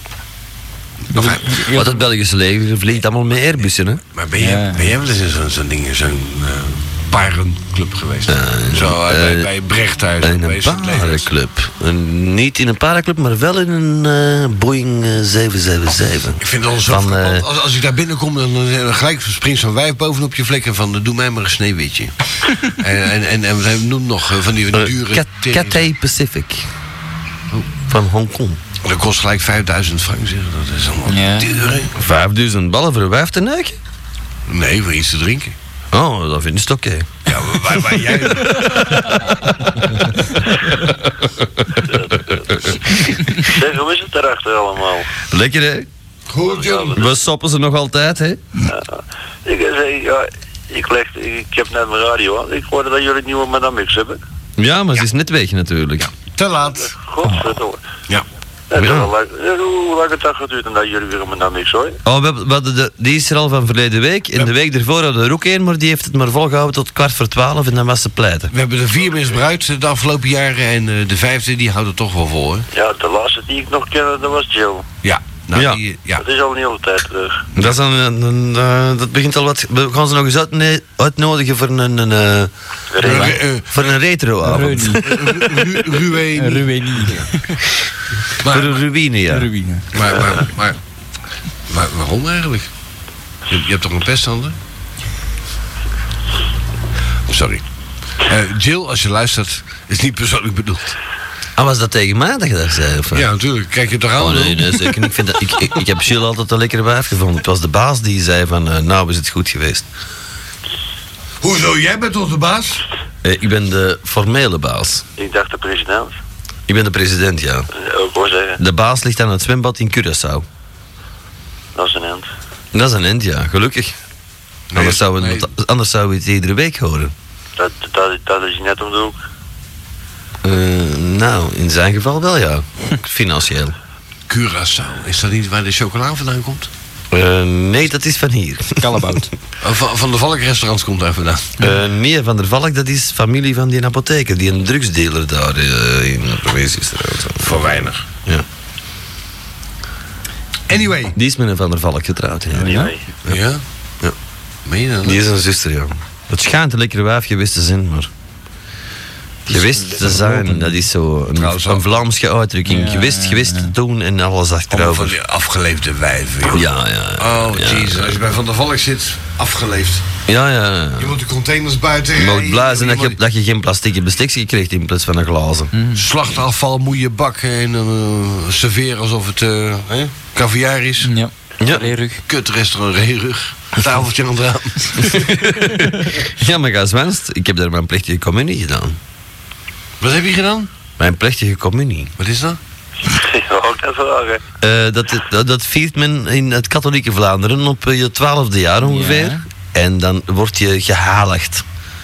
Want het Belgische leger vliegt allemaal met Airbussen, hè? Maar ben jij wel eens in zo'n ding, parenclub geweest. Zo bij Brecht thuis. In een parenclub. Niet in een parenclub, maar wel in een Boeing 777. Ik vind het al zo als ik daar binnenkom, dan gelijk springt zo'n wijf bovenop je vlekken van doe mij maar een sneeuwwitje. en we noemen nog van die dure... Cathay Pacific. Van Hongkong. Dat kost gelijk 5000 frank, zeg. Dat is allemaal duur, hè? 5000 ballen voor een wijf te neuken? Nee, voor iets te drinken. Oh, dat vind ik oké. Ja, waar jij... Zeg, hoe is het erachter allemaal? Lekker, hè? Goed, John. We soppen ze nog altijd, hè? Ik heb net mijn radio aan. Ik hoorde dat jullie nieuwe Madame X hebben. Ja, maar ze is net weg natuurlijk. Te laat. Godverdomme. Ja. Hoe lang het dag geduurd en dat jullie weer een Madame X hoor? Oh, we hadden die is er al van verleden week. En de week ervoor hadden we er ook één, maar die heeft het maar volgehouden tot 11:15 en dan was ze pleiten. We hebben er 4 misbruikt de afgelopen jaren en de 5e die houdt het toch wel vol, hè? Ja, de laatste die ik nog kende, dat was Jill. Ja. Nou, ja. Dat is al een hele tijd terug. Dat, is dat begint al wat... We gaan ze nog eens uitnodigen voor een retro-avond. Ruïne. Voor een ruïne, ja. Maar waarom eigenlijk? Je hebt toch een pesthandel? Sorry. Jill, als je luistert, is niet persoonlijk bedoeld. Ah, was dat tegen mij dat je dat zei? Of? Ja, natuurlijk. Kijk je toch aan? Oh, nee, zeker niet. Ik heb Jill altijd een lekkere wijf gevonden. Het was de baas die zei van, nou is het goed geweest. Hoezo? Jij bent toch de baas? Ik ben de formele baas. Ik dacht de president. Ik ben de president, ja. Ook hoor zeggen. De baas ligt aan het zwembad in Curaçao. Dat is een end. Dat is een end, ja. Gelukkig. Anders zouden we het iedere week horen. Dat is net om de hoek. Nou, in zijn geval wel, ja. Financieel. Curaçao. Is dat niet waar de chocola vandaan komt? Nee, dat is van hier. Kallebout. Van de Valk-restaurants komt daar vandaan? Nee, Van der Valk, dat is familie van die apotheker. Die een drugsdealer daar in de provincie is. Voor weinig. Ja. Anyway. Die is met een Van der Valk getrouwd. Ja. Anyway. Ja? Ja. Meen je dat? Die is een zuster, ja. Het schijnt een lekkere wijf geweest te zijn, maar... Gewist te zijn, dat is zo een Vlaamse uitdrukking. Ja, gewist te doen en alles achterover. Van die afgeleefde wijven, joh. Ja. Oh, jezus. Als je bij Van der Valk zit, afgeleefd. Ja. Je moet de containers buiten je moet blij zijn dat je geen plastieke bestek krijgt in plaats van een glazen. Slachtafval moet je bakken en serveren alsof het caviar is. Ja. Reerug. Kutrestaurant Reerug. Tafeltje aan het raam. Ja, maar ga zwanst. Ik heb daar mijn plechtige communie gedaan. Wat heb je gedaan? Mijn plechtige communie. Wat is dat? Ja, ook net vragen. Dat viert men in het katholieke Vlaanderen op je 12e jaar ongeveer. Ja. En dan word je gehaligd.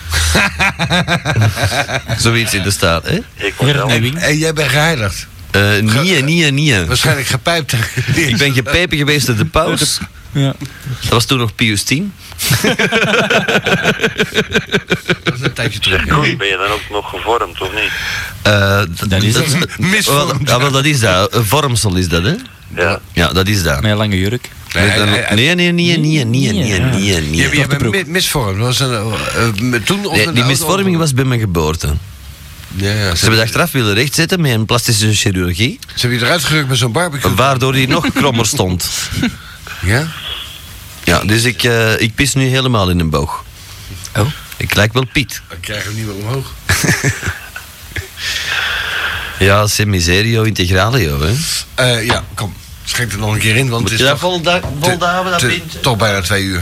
Zoiets in de staat, hè? En jij bent geheiligd? Nee. Waarschijnlijk gepijpt. Ik ben gepepen geweest door de paus. Ja. Dat was toen nog Pius X. Dat is een tijdje terug. Ben je dan ook nog gevormd, of niet? Dat is dat. Misvormd. Ja, wel, dat is dat. Een vormsel is dat, hè? Ja. Ja, dat is dat. Met een lange jurk. Nee. Je bent misvormd. Was toen of die misvorming was bij mijn geboorte. Ja, ze hebben het achteraf willen rechtzetten met een plastische chirurgie. Ze hebben je eruit gerukt met zo'n barbecue. Waardoor hij nog krommer stond. Ja? Ja, dus ik pis nu helemaal in een boog. Oh? Ik lijk wel Piet. Dan krijg je hem niet meer omhoog. Ja, semiserio integralio, hè? Ja, kom. Schenk er nog een keer in, want het is toch... voldagen dat pintje? Toch bijna 2 uur.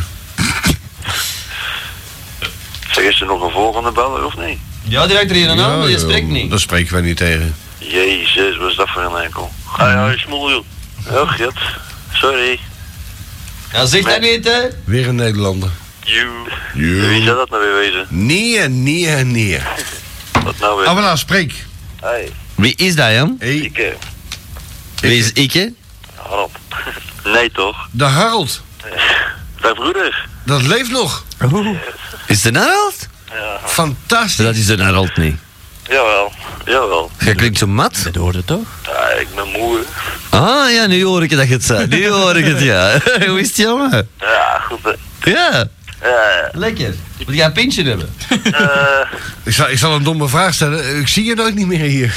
Zeg, is er nog een volgende beller, of niet? Ja, die raakt er hier aan, maar die spreekt niet. Dat spreken wij niet tegen. Jezus, wat is dat voor een enkel? Ja, smoel, joh. Oh, god. Sorry. Ja, zeg dat niet, hè? Weer een Nederlander. Wie zou dat nou weer wezen? Nee. Wat nou weer? Nou, spreek. Hey. Wie is dat, Jan? Ik. Wie is ik? Harold. Nee, toch? De Harold. Mijn broeder. Dat leeft nog. Is het een Harold? Ja. Fantastisch. Dat is een Harold niet. Jawel. Jij klinkt zo mat. Dat hoorde toch? Ja, ik ben moe. Ah, ja, nu hoor ik dat je het zei. Nu hoor ik het, ja. Hoe is het, jongen? Ja, goed, hè. Ja. Ja. Lekker. Wil jij een pintje hebben? Ik zal een domme vraag stellen. Ik zie je nooit niet meer hier.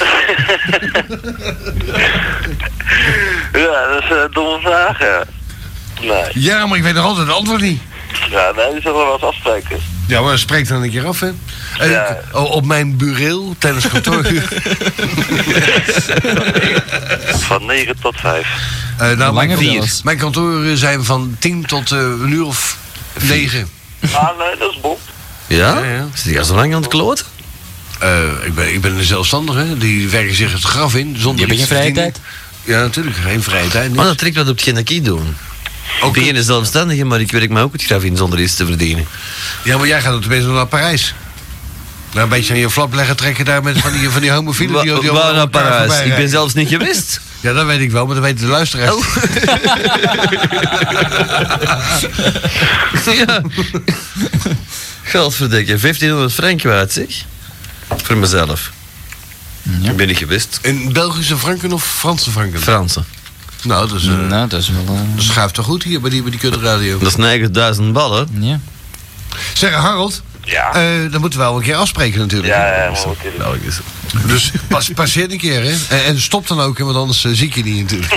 Ja, dat is een domme vraag, ja. Nee. Ja, maar ik weet nog altijd het antwoord niet. Ja, nee, die zullen we wel eens afspreken. Ja, maar spreek dan een keer af, hè. Ja. Op mijn bureel, tijdens kantoor. Van 9 tot 5. Nou, Lange mijn kantoren zijn van 10 tot een uur of 9. Ah, nee, dat is Bob. Ja? Ja. Zit jij zo lang aan het kloot? Ik ben een zelfstandige. Die werken zich het graf in. Zonder Je hebt iets geen vrije te verdienen. tijd? Ja, natuurlijk. Geen vrije tijd. Maar dat trekt wat op hetgeen dat ik doen. Ook Ik ben geen zelfstandige, maar ik werk mij ook het graf in zonder iets te verdienen. Ja, maar jij gaat tenminste naar Parijs. Nou, een beetje aan je flap leggen trekken daar met van die homofielen. die Waar allemaal naar elkaar Parijs? voorbij Ik ben rijden. zelfs niet geweest. Ja, dat weet ik wel, maar dat weten de luisteraars. Oh. Ja. Godverdikke, 1500 frank kwijt, zeg. Voor mezelf. Ja. Ik ben niet geweest. In Belgische franken of Franse franken? Franse. Nou, dat is, Nou, dat is wel... dat schuift toch goed hier bij die kutradio. Dat is 9000 ballen. ja. Zeg, Harold, Ja. dan moeten we wel een keer afspreken natuurlijk. Ja, maar wat is Nou, ik is- Dus passeer een keer, hè. En stop dan ook, hè, want anders zie ik je niet natuurlijk.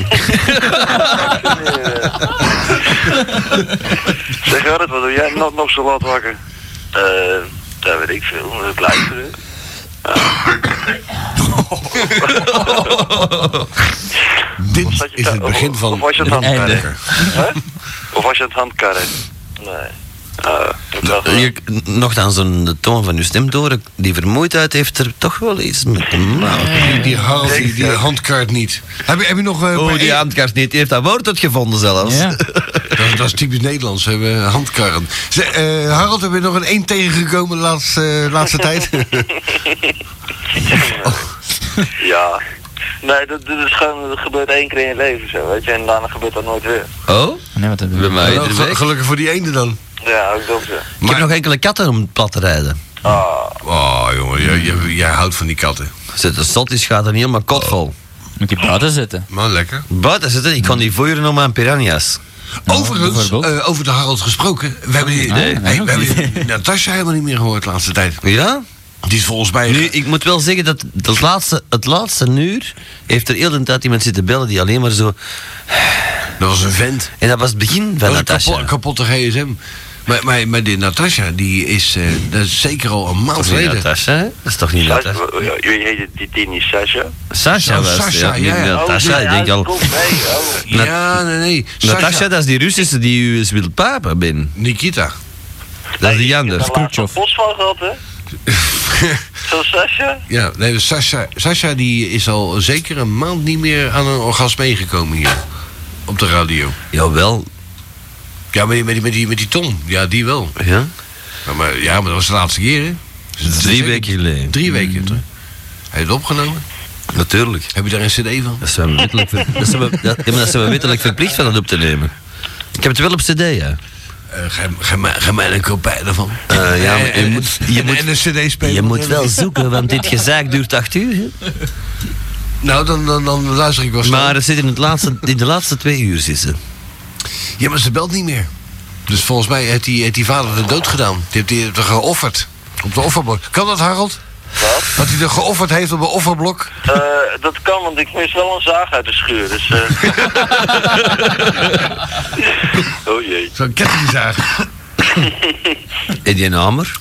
Zeg Gerrit, wat doe jij nog zo laat wakker? Dat weet ik veel, het luisteren. Dit Of zat je is te- het begin of van was je aan het het handkarren? Hè? Of was je aan het handkarren? Nee. Je, nogthans, de toon van uw stem door, die vermoeidheid heeft er toch wel iets mee te maken. Die Harold, die handkaart niet. Heb je nog... Oh, die handkaart niet. Die heeft dat woord uitgevonden zelfs. Ja. Dat is typisch Nederlands, we hebben handkarren. Harold, heb je nog een 1 tegengekomen de laatste tijd? Ja. Nee, dat is gewoon, dat gebeurt 1 keer in je leven zo, weet je. En daarna gebeurt dat nooit weer. Oh? Nee, wat dat Bij mij Nou, iedere week. gelukkig voor die ene dan. Ja, ook dat zo. Ik heb nog enkele katten om plat te rijden. Oh, jongen, jij houdt van die katten. Zet de zot is gaat er niet helemaal kotvol. Moet die buiten zitten. Maar lekker. Buiten zitten, ik kan die voeren om aan piranha's. Overigens, bijvoorbeeld. over de Harold gesproken. We hebben die, Nee, we hebben die Natasja helemaal niet meer gehoord de laatste tijd. Ja? Die is volgens mij... Nu, ik moet wel zeggen dat het laatste uur heeft er heel de tijd iemand zitten bellen die alleen maar zo... Dat was een vent. En dat was het begin van Dat was Natasja. een kapotte gsm. Maar die Natasja, die is, dat is zeker al een maand Dat is niet geleden. Natasja, hè? Dat is toch niet Natasja? Jullie heet die niet Sasha? Sasha Oh, was het, Sasha, niet ja. Natasja, ik denk al... Ja, nee. Natasja, dat is die Russische die u eens wil papen, Ben. Nikita. Dat is die andere. Skruchtjov. Post van gehad, hè? Zo Sasha? Ja, nee, Sasha die is al zeker een maand niet meer aan een orgasme meegekomen hier. Op de radio. Jawel. Ja, met die Tom. Ja, die wel. Ja? Maar dat was de laatste keer, hè? Dus 3 weken geleden. 3 weken, toch? Heb je het opgenomen? Natuurlijk. Heb je daar een cd van? Dat zijn we wettelijk, dat zijn we wettelijk verplicht van dat op te nemen. Ik heb het wel op cd, ja. Ga mij een kopij ervan. Ja, maar en een cd spelen. Je moet wel zoeken, want dit gezaak duurt 8 uur. Hè? Nou, dan luister ik wel snel. Maar het zit in de laatste 2 uur zitten. Ja, maar ze belt niet meer. Dus volgens mij heeft die vader de dood gedaan. Die heeft er geofferd. Op de offerblok. Kan dat, Harold? Wat? Dat hij er geofferd heeft op een offerblok? Dat kan, want ik mis wel een zaag uit de schuur, dus... Oh jee. Zo'n kettingzaag. En die hamer?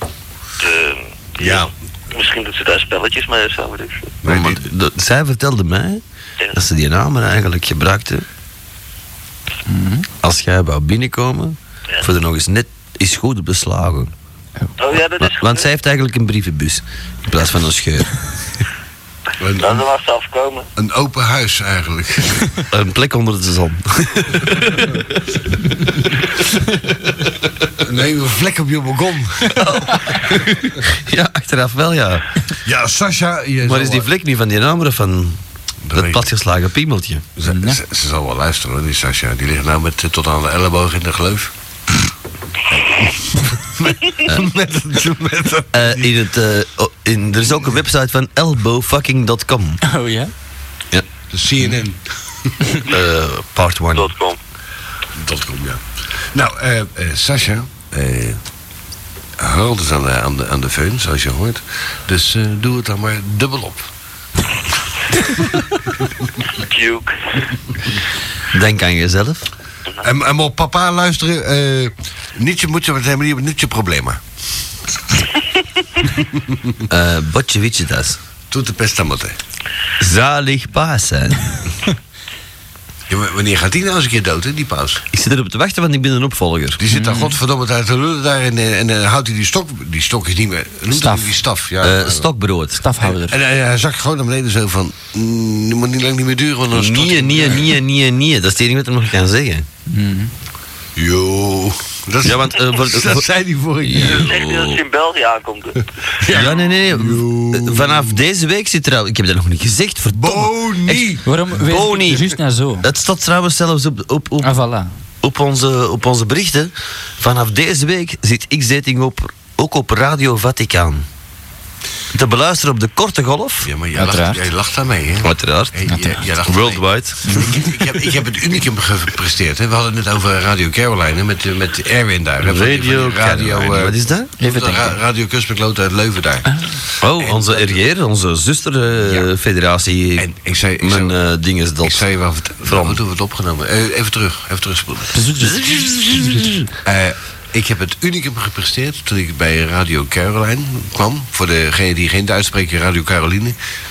Ja. Misschien doet ze daar spelletjes mee of zo, weet ik veel. Nee, Maar zij vertelde mij dat ze die hamer eigenlijk gebruikte als jij wou binnenkomen, voor er nog eens net is goed beslagen. Oh ja, dat is goed. Want zij heeft eigenlijk een brievenbus in plaats van een scheur. Nou, dan mag ze afkomen. Een open huis eigenlijk. Een plek onder de zon. Nee, een vlek op je balkon. Ja, achteraf wel, ja. Ja, Sasha... Maar is die vlek niet van die hamer of van het platgeslagen piemeltje? Ze zal wel luisteren, hoor, die Sasha. Die ligt nou tot aan de elleboog in de gleuf. Er is ook een website van elbowfucking.com. Oh ja? Ja. De CNN. Part 1. .com. .com, ja. Nou, Sasha... Harold is aan de föhn, zoals je hoort. Dus doe het dan maar dubbel op. Puke. Denk aan jezelf. En op papa luisteren. Nietje moet je met helemaal niet, nietje problemen. Botje wietje das. Tot de pestamotte. Zalig paas zijn. Ja, wanneer gaat die nou eens een keer dood, hè, die paus? Ik zit erop te wachten, want ik ben een opvolger. Die zit daar godverdomme uit te lullen daar en dan houdt hij die stok. Die stok is niet meer. Staf. Die staf. Ja, Stokbrood. Stafhouder. En hij zakt gewoon naar beneden zo van. Het moet niet lang niet meer duren, want dan stort hij. Nee. Dat is het enige wat ik nog kan zeggen. Jo. Dat Ja, want... dat zei hij vorige keer. Zegt hij dat hij in België aankomt? Ja, nee. Vanaf deze week zit er al... Ik heb dat nog niet gezegd, verdomme. Boni! Waarom Boni. weet juist naar zo? Het staat trouwens zelfs Voilà. op onze berichten. Vanaf deze week zit X-Dating ook op Radio Vaticaan. Te beluisteren op de korte golf. Ja, maar Uiteraard. jij lacht daarmee, hè? Uiteraard. Jij lacht Worldwide. ik heb het unicum gepresteerd, hè? We hadden het net over Radio Caroline, met Erwin daar. Hè? Wat is dat? Radio Kustbekloot uit Leuven daar. Onze RGR, onze zusterfederatie. En ik zei dinges dat. Ik zei je wel vertellen, hoe we het opgenomen. Even terugspoelen. Ik heb het unicum gepresteerd toen ik bij Radio Caroline kwam. Voor degene die geen Duits spreken, Radio Caroline.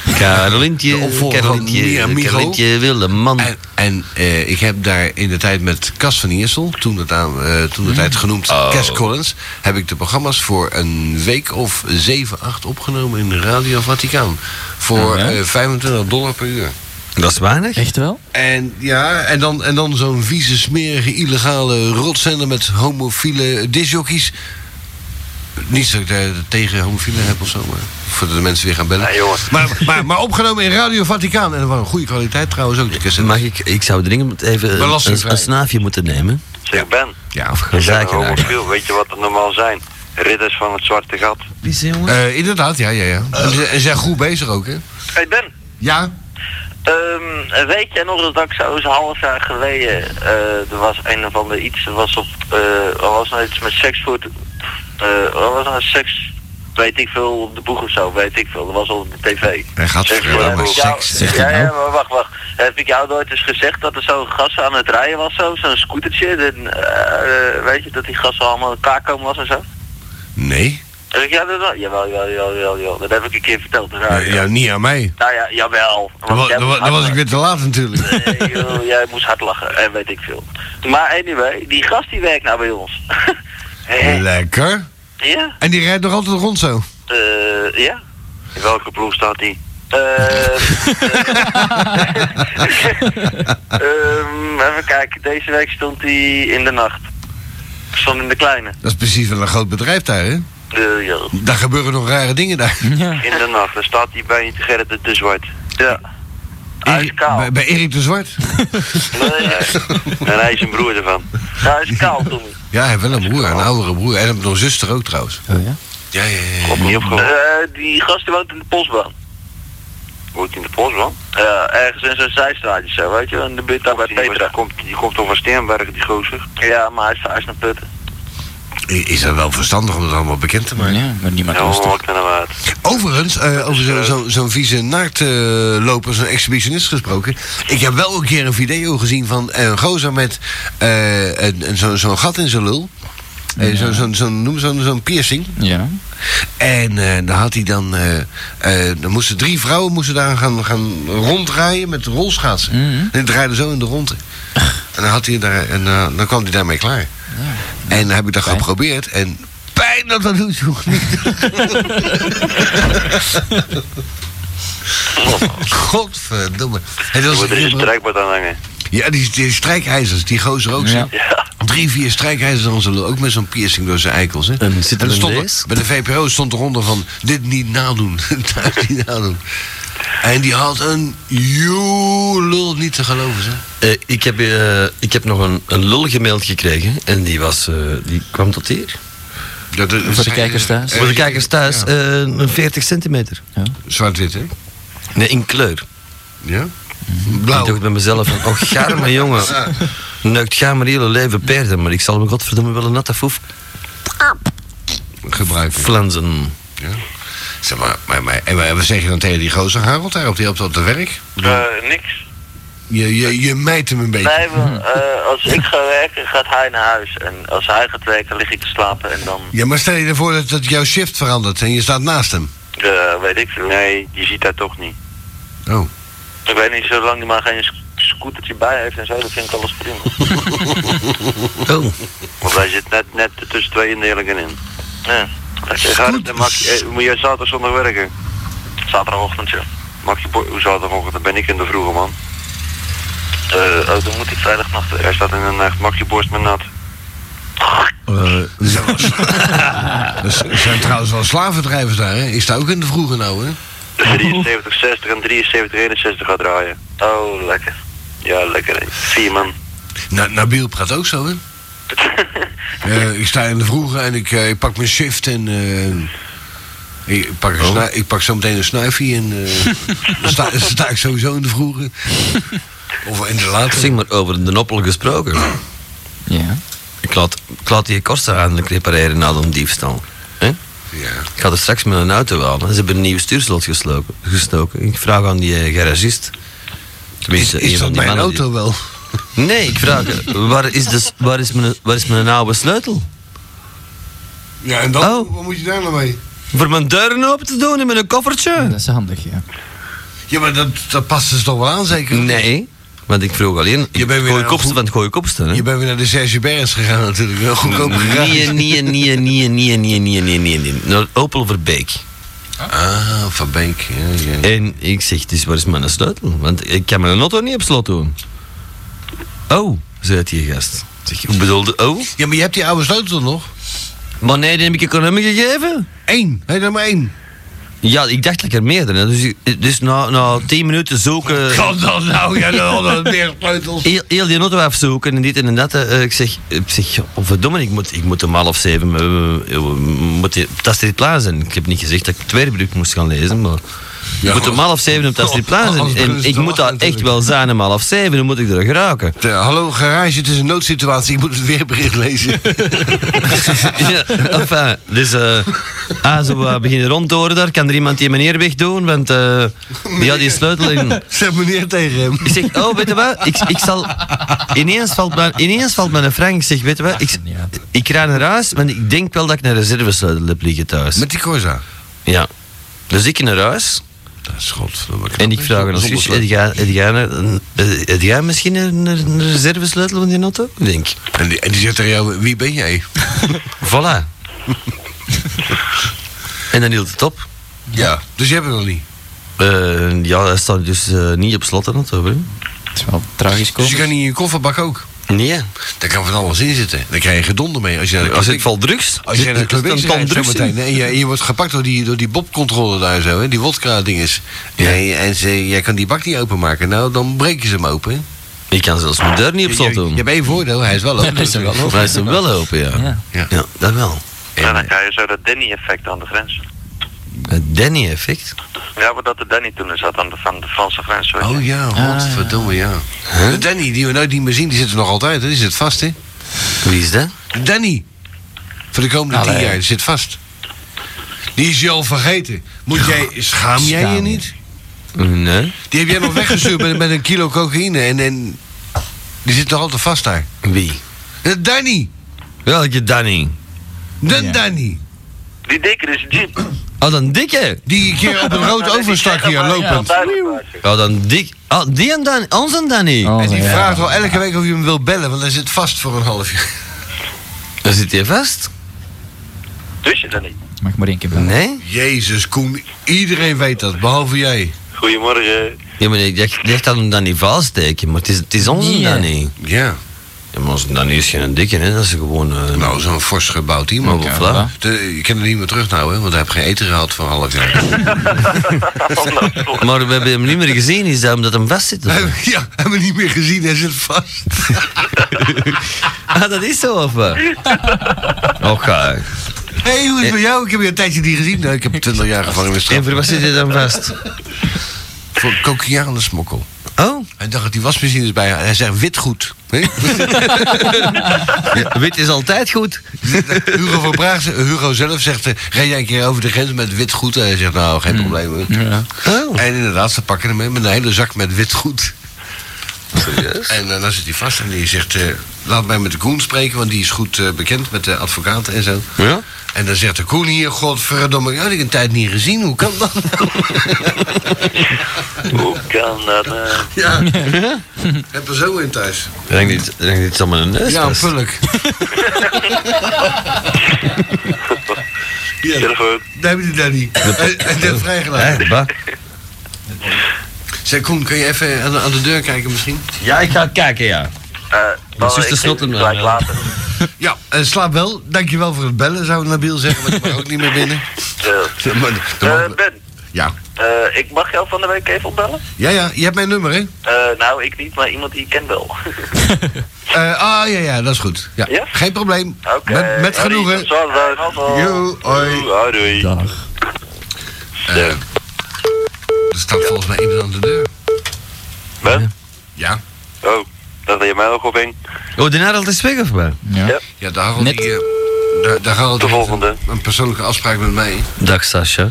Carolintje wilde man. En ik heb daar in de tijd met Cas van Iersel, toen de tijd genoemd Cas Collins, heb ik de programma's voor een week of 7, 8 opgenomen in Radio Vaticaan. Voor $25 per uur. Dat is weinig. Echt wel? En ja, en dan zo'n vieze, smerige, illegale rotzender met homofiele discjockeys. Niet dat ik daar tegen homofielen heb of zo, maar voordat de mensen weer gaan bellen. Nee, jongen. Maar opgenomen in Radio Vaticaan. En dat was een goede kwaliteit trouwens ook. Mag ik zou dringend even een snaafje moeten nemen. Zeg Ben. Ja, Of We zijn zaken homofiel. Weet je wat het normaal zijn? Ridders van het zwarte gat. Wie is jongen? inderdaad, ja. En ze zijn goed bezig ook, hè? Hey Ben. Ja. Weet je nog dat ik zo eens een half jaar geleden, er was een of ander iets, er was nou iets met seksvoet, was nou seks, weet ik veel, op de boeg of zo, weet ik veel, dat was al op de tv. Hij gaat maar seks. Ja, maar wacht. Heb ik jou nooit eens gezegd dat er zo'n gast aan het rijden was, zo'n scootertje, weet je, dat die gasten allemaal in elkaar komen was en zo? Nee. Jawel. Dat heb ik een keer verteld. Ja, niet aan mij. Nou ja, jawel. Dan was ik weer te laat natuurlijk. Nee, joh, jij moest hard lachen en weet ik veel. Maar anyway, die gast die werkt nou bij ons. Lekker. Ja? En die rijdt nog altijd rond zo? Ja. In welke ploeg staat die? Even kijken, deze week stond hij in de nacht. Stond in de kleine. Dat is precies wel een groot bedrijf daar, hè? Ja. Daar gebeuren nog rare dingen daar. Ja. In de nacht, dan staat hij bij Gerrit de Zwart. Ja. Hij is kaal. Bij Erik de Zwart? Nee. En hij is een broer ervan. Ja, hij is kaal, Tommy. Ja, hij heeft wel een broer, een oudere broer. En hij heeft nog een zuster ook trouwens. Oh ja? Ja. Klopt niet opgewonden. Die gast die woont in de Postbaan. Woont in de Postbaan? Ja, ergens in zo'n zijstraatje zo, weet je, in de buurt daar bij Petra. Die komt over Steenberg, die gozer. Ja, maar hij is verhuisd naar Putten. Is dat wel verstandig om dat allemaal bekend te maken? Ja, maar niemand Ja, lustig. maakt er nou uit. Overigens, over zo'n vieze naaktloper, zo'n exhibitionist gesproken. Ik heb wel een keer een video gezien van een gozer met zo'n gat in zijn lul. Zo'n piercing. Ja. En dan had hij dan moesten 3 vrouwen daar gaan ronddraaien met rolschaatsen. En die draaiden zo in de ronde. En dan had hij daar, dan kwam hij daarmee klaar. Ja. En dan heb ik dat geprobeerd en pijn dat doet, jongen. Godverdomme. Er wordt er een strijkbord aan hangen. Ja, die strijkijzers, die gozer ook. Ja. 3, 4 strijkijzers aan zijn lul, ook met zo'n piercing door zijn eikels. Hè. En zit er een stond lees? bij de VPRO stond eronder van, dit niet nadoen. Dat niet nadoen. En die had een lul niet te geloven, zeg. Ik heb nog een lul gemaild gekregen en die kwam tot hier. Ja, Voor de kijkers thuis? Voor de kijkers thuis, Ja. een 40 centimeter. Ja. Zwart-wit, hè? Nee, in kleur. Ja? Ik Blauw. dacht bij mezelf van, oh garme jongen, neukt ga mijn hele leven perden, maar ik zal me godverdomme wel een natte foef. gebruiken. Flanzen. Ja. Zeg maar, en wat zeg je dan tegen die gozer Harold daar op het werk? Niks. Je mijt hem een beetje. Nee, als ik ga werken, gaat hij naar huis. En als hij gaat werken, lig ik te slapen en dan... Ja, maar stel je ervoor dat jouw shift verandert en je staat naast hem. Weet ik veel. Nee, je ziet dat toch niet. Oh. Ik weet niet, zolang hij maar geen scootertje bij heeft en zo, dat vind ik alles prima. Oh. Want hij zit net tussen twee indelingen in. Ja. Moet je zaterdag zondag werken? Zaterdagochtend, ja. Zaterdagochtend, dan ben ik in de vroege man. Dan moet ik vrijdagnacht. Er staat in een nacht, mag je borst met nat. Er zijn trouwens wel slavendrijvers daar, hè? Is dat ook in de vroege nou, hè? 73-60 en 73-61 gaat draaien. Oh, lekker. Ja, lekker, hè. 4 man. Nabil praat ook zo, hè? Ik sta in de vroege en ik pak mijn shift en... Ik pak zo meteen een snuifje en dan sta ik sowieso in de vroege. Of in de late. Zeg maar over de Noppel gesproken. Ja. Ik laat die Corsa eindelijk repareren na de diefstal. He? Ja. Ik ga er straks met een auto halen. Ze hebben een nieuw stuurslot gestoken. Ik vraag aan die garagist. Tenminste, is dat mijn auto wel? Nee, ik vraag, waar is mijn oude sleutel? Ja, en dan? Wat moet je daar nou mee? Voor mijn deuren open te doen in mijn koffertje. Dat is handig, ja. Ja, maar dat past dus toch wel aan, zeker? Nee, want ik vroeg alleen... Je bent weer van het gooie kopsten, hè? Je bent weer naar de Serge Berens gegaan natuurlijk. Wel goedkoop gegaan. Nee. Naar Opel Verbeek. Ah, Verbeek. Ja. En ik zeg, dus waar is mijn sleutel? Want ik kan mijn auto niet op slot doen. Oh, zei die gast. Zeg, hoe bedoelde oh? Ja, maar je hebt die oude sleutel nog? Maar nee, die heb ik aan hem gegeven. 1, hij er maar 1. Ja, ik dacht dat ik er meerdere. Dus na 10 minuten zoeken... Kan dat nou? Ja, dan meer sleutels. Heel die auto afzoeken en dit en dat. Ik zeg, verdomme, ik moet om 6:30 moet op Tastriplaan zijn. Ik heb niet gezegd dat ik het tweede moest gaan lezen, maar... Ja, ik moet om 6:30 op Tastriplaan zijn. En ik moet daar echt wel zijn om 6:30. Dan moet ik er geraken. Hallo, garage, het is een noodsituatie. Ik moet het weerbericht lezen. Ja, enfin, dus zo beginnen rond te horen daar. Kan er iemand die meneer wegdoen? Want die had die sleutel in... Zeg meneer tegen hem. Ik zeg, oh, weet je wat? Ik zal... Ineens valt me een frank. Ik zeg, weet je wat? Ik rijd naar huis, want ik denk wel dat ik een reservesleutel heb liggen thuis. Met die Corsa? Ja. Dus ik naar huis. Dat is godverdomme. En ik vraag aan ons, heb jij misschien een reservesleutel van die auto? Ik denk. En die zegt tegen jou, wie ben jij? Voilà. En dan hield het op. Ja, dus je hebt het nog niet? Ja, hij staat dus niet op slot en auto. Het is wel tragisch. Dus je kan niet in je kofferbak ook? Nee. Daar kan van alles in zitten. Dan krijg je gedonder mee. Als het valt drugs. Als je naar de club rijdt zometeen. En je wordt gepakt door die Bob-controle daar zo. Hè, die wodka-dinges. Ja. En jij kan die bak niet openmaken. Nou, dan breken ze hem open. Hè. Je kan zelfs mijn deur niet op slot doen. Je hebt één voordeel. Hij is wel open. Hij is wel open, ja. Ja, dat wel. En dan krijg je zo dat Danny-effect aan de grens. Het Danny-effect? Ja, maar dat de Danny toen zat aan de Franse grens. Weet je. Oh ja, godverdomme, ja. De Danny, die we nooit niet meer zien, die zit er nog altijd. Hè? Die zit vast, hè? Wie is dat? Danny. Voor de komende 10 jaar, die zit vast. Die is je al vergeten. Schaam jij je niet? Nee. Die heb jij nog weggestuurd met een kilo cocaïne en die zit toch altijd vast daar? Wie? Danny. Welke Danny? Danny. Die dikke is Jeep. Oh, dan dikke? Die een keer op een rood overstak hier lopend. Oh, dan dik. Oh, die en Danny. Onze Danny. En die vraagt wel elke week of je hem wil bellen, want hij zit vast voor een half jaar. Dan zit hij vast? Dus je dat niet? Mag maar één keer bellen. Nee? Jezus, Koen. Iedereen weet dat, behalve jij. Goedemorgen. Ja, maar ik dacht dat hem dan niet vaststeken, maar het is onze Danny. Ja. Ja, maar Danny is geen dikke, hè? Dat is gewoon... nou, zo'n fors gebouwd iemand. Ja, je kan er niet meer terug nou, hè? Want hij heeft geen eten gehad voor een half jaar. Maar we hebben hem niet meer gezien, is dat omdat hem vast zit? Ja, hebben we niet meer gezien, hij zit vast. Dat is zo, of wat? Oké. Hé, hoe is het met jou? Ik heb je een tijdje niet gezien. Nou, ik heb 20 jaar gevangenisstraf. En voor wat zit je dan vast? voor cocaïnesmokkel. Oh? Hij dacht dat die wasmachine is bij haar. Hij zegt witgoed. Nee? Ja, wit is altijd goed. Hugo zelf zegt, rijd jij een keer over de grens met witgoed? En hij zegt, nou, geen probleem hoor. Ja. Oh. En inderdaad, ze pakken hem mee met een hele zak met witgoed. Serieus? En dan zit hij vast en die zegt, laat mij met de Koen spreken, want die is goed bekend met de advocaten en zo. Ja? En dan zegt de Koen hier, godverdomme, ik had ik een tijd niet gezien, hoe kan dat? Hoe kan dat? Ja. Heb er zo in thuis. Denk niet allemaal een neus? Ja, een pulk. Ja, daar heb je die Danny. En dat vrijgelaten. Zeg Koen, kun je even aan de deur kijken misschien? Ja, ik ga kijken, ja. Ik gelijk later. Ja, slaap wel. Dankjewel voor het bellen, zou Nabil zeggen, want ik mag ook niet meer binnen. Ben. Ja. Ik mag jou van de week even opbellen? Ja, je hebt mijn nummer, hè? Nou, ik niet, maar iemand die ik ken wel. Ja, dat is goed. Ja. Ja? Geen probleem. Oké. Met genoegen. Jo, hoi. Doei. Dag. Er staat volgens mij iemand aan de deur. Ben? Ja. Oh, dat je mij nog opving. Oh, de Harald is weg of wat? Ja. Ja, daar Harald die... Daar Harald de volgende. Een persoonlijke afspraak met mij. Dag, Sascha.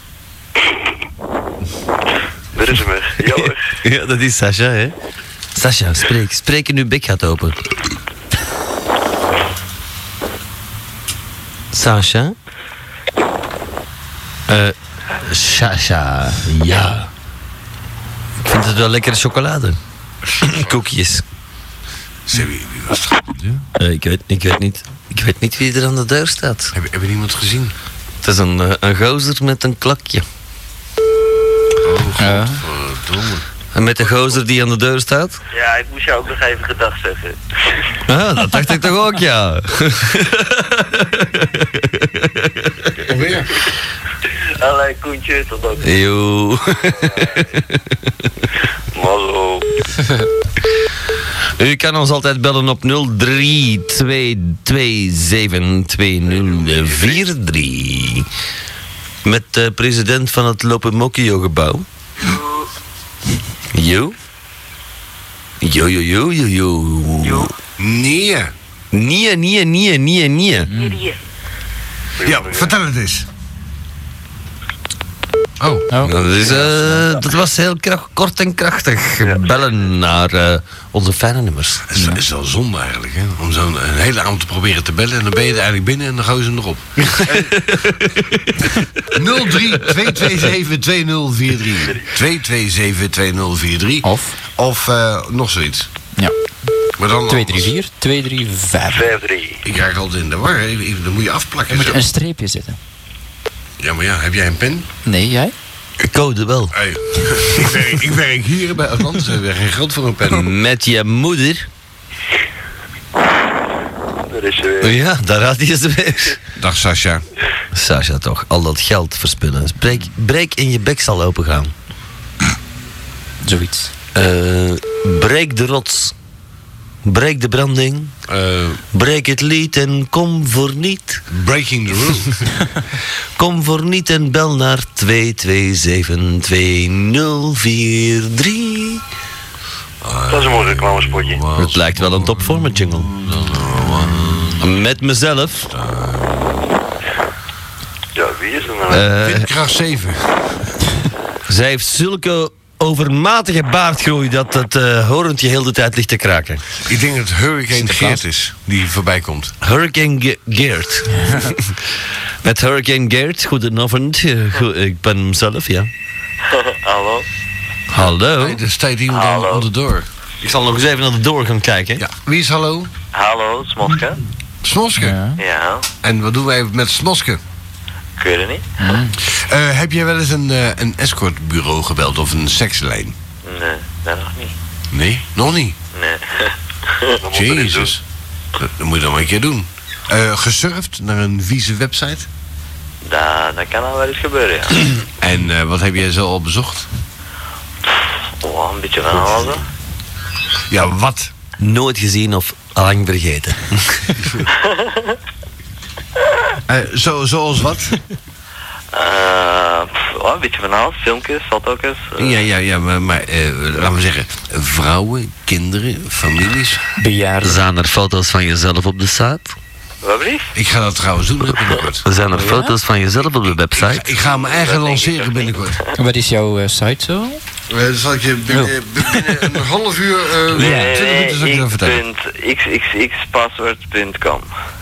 Dit is hem weer. Jammer. Ja, dat is Sascha, hè? Sascha, spreek. Spreek en uw bek gaat open. Sascha? Sascha, ja. Ik vind het wel lekkere chocolade. Koekjes. Zeg, wie was het? Ik weet niet. Ik weet niet wie er aan de deur staat. Heb je niemand gezien? Het is een gozer met een klakje. Oh, godverdomme. En met de gozer die aan de deur staat? Ja, ik moest jou ook nog even gedag zeggen. Ah, dat dacht ik toch ook, ja. Alweer? Allee, Koentje, tot ook. Yo. Mazzel. U kan ons altijd bellen op 03-227-2043. Met de president van het Lopemokio gebouw. Jo. Jo. Nee. Nee. Ja, vertel het eens. Oh. Dat was heel kort en krachtig. Bellen naar onze fijne nummers. Het is wel zonde eigenlijk, hè? Om zo'n hele avond te proberen te bellen en dan ben je er eigenlijk binnen en dan gooien ze hem erop. 03-227-2043. 227-2043. Of nog zoiets. Ja. Maar dan 234, 235. Ik raak altijd in de war, hè. Dan moet je afplakken. Je moet een streepje zetten. Ja, maar ja, heb jij een pen? Nee, jij? Code wel. Hey, ik werk hier bij Atlantis, we hebben geen geld voor een pen. Met je moeder. Dat is weer. Ja, daar had hij ze weer. Dag Sascha. Sascha toch, al dat geld verspillen. Breek en je bek zal open gaan. Zoiets. Breek de rots. Breek de branding. Breek het lied en kom voor niet. Breaking the rule. Kom voor niet en bel naar 227-2043. Dat is een mooi reclamespotje. Het lijkt wel een topformen jingle. Met mezelf. Ja, wie is er nou? Windkracht 7. Zij heeft zulke overmatige baardgroei dat het horentje heel de tijd ligt te kraken. Ik denk dat Hurricane Geert is die voorbij komt. Hurricane Geert. Met Hurricane Geert, goedenavond. Ik ben hem zelf, ja. Hallo. Hallo. Hey, er staat iemand aan de deur. Ik zal nog eens even naar de door gaan kijken. Ja. Wie is hallo? Hallo, Smoske. Smoske? Ja. En wat doen wij met Smoske? Ik weet het niet. Heb jij wel eens een escortbureau gebeld of een sekslijn? Nee, dat nog niet. Nee? Nog niet? Nee. Jezus. Dat moet je dan maar een keer doen. Gesurfd naar een vieze website? Dat kan al wel eens gebeuren, ja. En wat heb jij zo al bezocht? Oh, een beetje van alles. Ja, wat? Nooit gezien of lang vergeten. Zoals wat? een beetje van alles. Filmpjes, foto's. Ja, maar laten we zeggen, vrouwen, kinderen, families. Bejaarden. Zijn er foto's van jezelf op de site? Wat blieft? Ik ga dat trouwens doen binnenkort. Zijn er foto's van jezelf op de website? Ik ga mijn eigen lanceren binnenkort. Wat is jouw site zo? Dan zal ik je binnen een half uur, 20 minuten zal ik je dat vertellen. xxxpassword.com.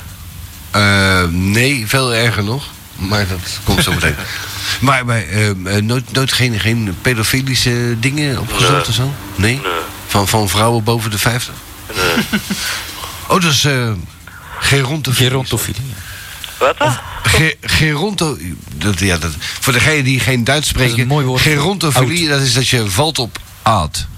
Nee, veel erger nog. Maar dat komt zo meteen. Maar nooit geen pedofilische dingen opgezocht of zo? Nee? Van vrouwen boven de 50? Nee. Oh, dat is gerontofilie. Wat dan? Geronto... voor degenen die geen Duits spreken... Gerontofilie, dat is dat je valt op aard.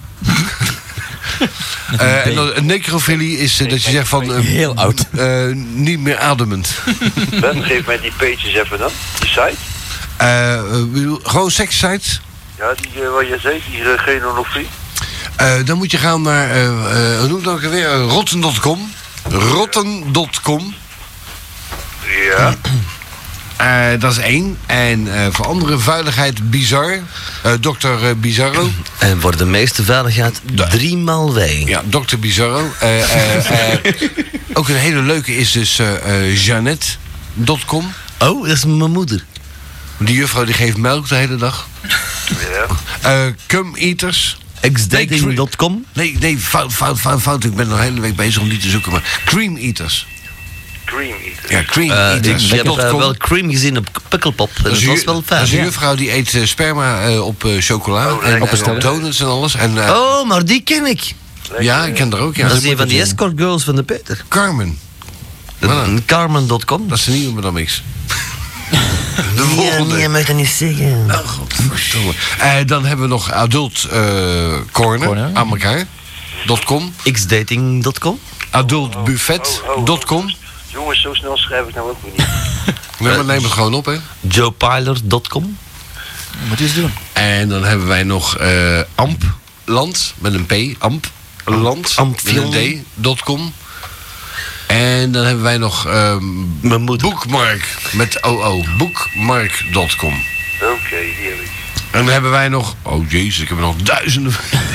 En een necrofilie is dat je zegt van... heel oud. Niet meer ademend. Ben, geef mij die pages even dan. Die site. Gewoon sekssites. Ja, die wat je zei, die gerontofie. Dan moet je gaan naar... hoe noem dat ook alweer? Rotten.com. Rotten.com. Ja. Dat is 1. En voor andere veiligheid Bizar. Dr. Bizarro. En voor de meeste veiligheid 3 maal wij. Ja, Dr. Bizarro. Ook een hele leuke is dus Jeannette.com. Oh, dat is mijn moeder. Die juffrouw die geeft melk de hele dag. Ja. Cum Eaters. Xdating.com. Nee, fout. Ik ben nog de hele week bezig om die te zoeken. Maar Cream Eaters. Cream Eaters. Ja, Cream Eaters. Ik heb wel cream gezien op Pukkelpop. Dat was wel fijn. Dat is een juffrouw die eet sperma op chocola. En op donuts en alles. En, oh, maar die ken ik. Ja, ik ken er ook. Ja. Dat is een van die escort girls van de Peter. Carmen. Carmen.com. Dat is de nieuwe Madame X. De volgende. Nee, je mag dat niet zeggen. Oh, godverdomme. Dan hebben we nog Adult Corner aan elkaar.com. Xdating.com. Adultbuffet.com. Jongens, zo snel schrijf ik nou ook weer niet. Nee, maar neem het gewoon op, hè. JoePiler.com. Moet je eens doen. En dan hebben wij nog Ampland met een P. Ampland met een D.com. En dan hebben wij nog Bookmark met OO. Bookmark.com. Oké, die heb ik. En dan hebben wij nog... Oh jezus, ik heb er nog duizenden.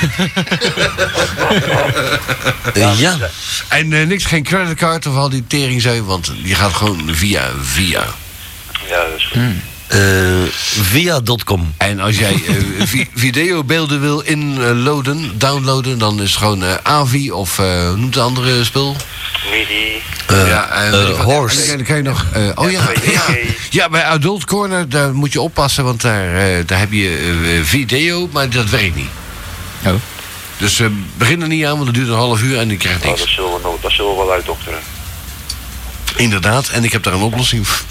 Ja. En niks, geen creditcard of al die teringzui, want je gaat gewoon via. Ja, dat is goed. Via.com. En als jij videobeelden wil downloaden, dan is het gewoon Avi of noemt de andere spul? MIDI. Horse. En dan kan je nog... ja, bij Adult Corner, daar moet je oppassen, want daar heb je video, maar dat werkt niet. Oh. Dus begin er niet aan, want dat duurt een half uur en je krijgt niks. Dat zullen we wel uitdokteren. Inderdaad, en ik heb daar een oplossing voor.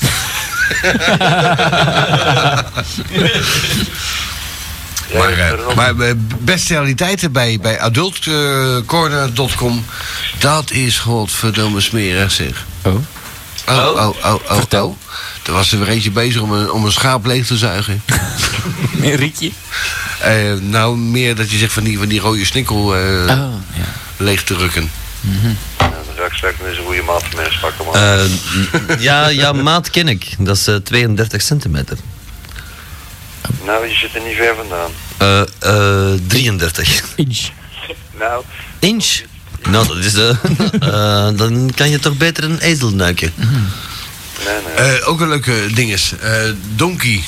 Maar bestialiteiten bij adultcorner.com, dat is godverdomme smerig, zeg. Oh. Vertel. Er was er weer eentje bezig om een schaap leeg te zuigen. Een rietje? Nou, meer dat je zegt van die rode snikkel leeg te rukken. Mm-hmm. Dan ga ik straks eens een goede maat van mensen pakken. Ja, maat ken ik. Dat is 32 centimeter. Nou, je zit er niet ver vandaan. 33. Inch. Nou. Inch? Nou, dat is dan kan je toch beter een ezel nuiken. Nee. Ook een leuke ding is. Donkey.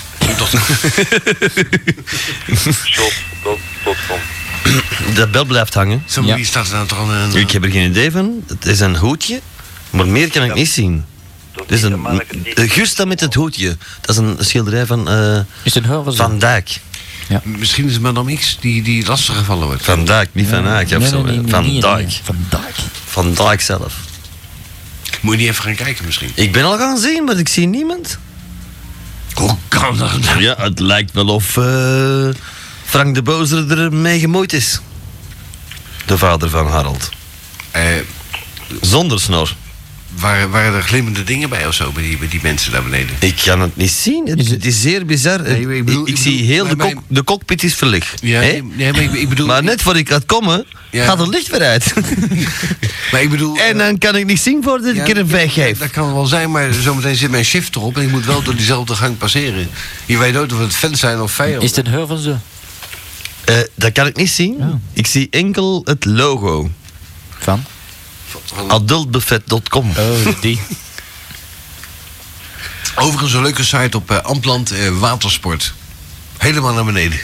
Shop.com. Dat bel blijft hangen. Wie staat er nou toch aan? Ik heb er geen idee van. Het is een hoedje, maar meer kan ik niet zien. Het is een Gusta met het hoedje. Dat is een schilderij van Van Dijk. Ja. Misschien is het Madame X die lastig gevallen wordt. Van Dijk, niet Van Dijk of zo. Van Dijk. Van Dijk zelf. Moet je niet even gaan kijken misschien? Ik ben al gaan zien, maar ik zie niemand. Hoe kan dat? Ja, het lijkt wel of Frank de Bozer er mee gemoeid is. De vader van Harold. Zonder snor. Waren er glimmende dingen bij of zo, bij die mensen daar beneden? Ik kan het niet zien. Het is zeer bizar. Nee, ik zie heel de cockpit is verlicht. Ja, hè? nee, maar ik bedoel... Maar net voor ik gaat komen, gaat het licht weer uit. Maar ik bedoel... En dan kan ik niet zien voordat ik er een weg geef. Dat kan wel zijn, maar zometeen zit mijn shift erop en ik moet wel door diezelfde gang passeren. Je weet nooit of het fans zijn of vijanden. Is het een heuvel zo? Dat kan ik niet zien. Ja. Ik zie enkel het logo. Van? Adultbuffet.com. Oh, die. Overigens een leuke site op Ampland Watersport. Helemaal naar beneden.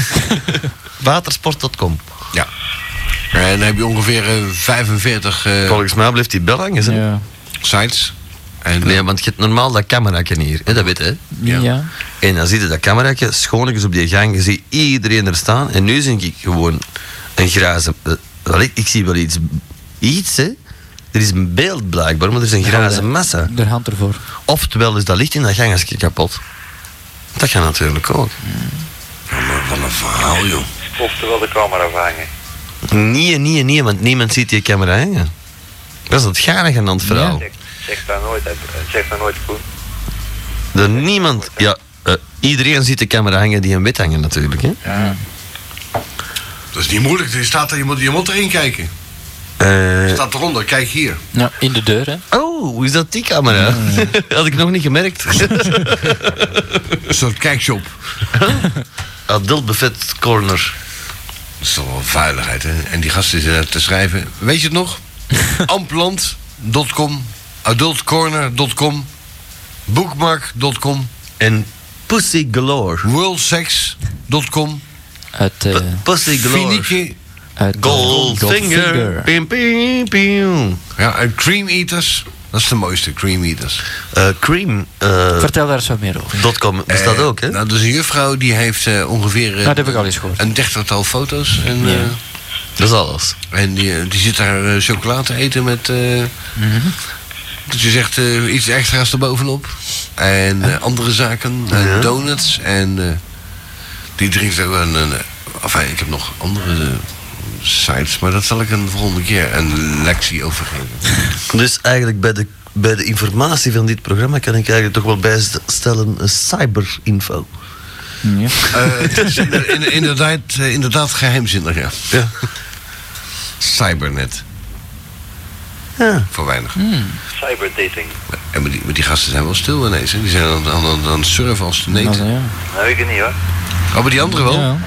Watersport.com. Ja. En dan heb je ongeveer 45 Volgens mij blijft die bel hangen. Ja. sites. En, Nee, want je hebt normaal dat cameraatje hier. Hè, dat weet je, hè? Ja. En dan zie je dat cameraatje schoonlijk op die gang. Je ziet iedereen er staan. En nu zie ik gewoon een grazen... ik zie wel iets, hè. Er is een beeld blijkbaar, maar er is een grazen massa. De hand ervoor. Oftewel is dat licht in dat gangetje kapot. Dat kan natuurlijk ook. Wat een verhaal, joh. Oftewel de camera verhangen. Nee, want niemand ziet die camera hangen. Dat is het garige aan het verhaal. Zeg dat nooit goed. Er niemand... Ja, iedereen ziet de camera hangen die een wit hangen natuurlijk, hè. Ja. Dat is niet moeilijk. Er staat er, je moet erin kijken. Staat eronder, kijk hier. Ja, in de deur, hè. Oh, hoe is dat die camera? Had ik nog niet gemerkt. Een soort kijkshop. Adult Buffet Corner. Dat is toch wel veiligheid, hè? En die gasten zitten te schrijven. Weet je het nog? Ampland.com, adultcorner.com, bookmark.com en Pussy Galore. Worldsex.com. Pussy Galore. Finike. Goldfinger. Pim, pim, pim. Ja, en Cream Eaters. Dat is de mooiste, Cream Eaters. Vertel daar eens wat meer over. .com is dat ook, hè? Nou, dat is een juffrouw die heeft ongeveer dat heb ik al eens gehoord. een 30-tal foto's. En, dat is alles. En die zit daar chocolade te eten met... Dat je zegt iets extra's erbovenop. En andere zaken. Donuts. En die drinkt ook enfin, ik heb nog andere sites. Maar dat zal ik een volgende keer een lectie over geven. Dus eigenlijk bij de informatie van dit programma kan ik eigenlijk toch wel bijstellen cyberinfo. Ja. Het is inderdaad geheimzinnig, ja. Cybernet. Ja. Voor weinig. Cyberdating. En maar die gasten zijn wel stil ineens. Hè? Die zijn aan het surfen als de neet. Nou, ja. Nou, ik niet hoor. Oh, maar die andere wel? Ja.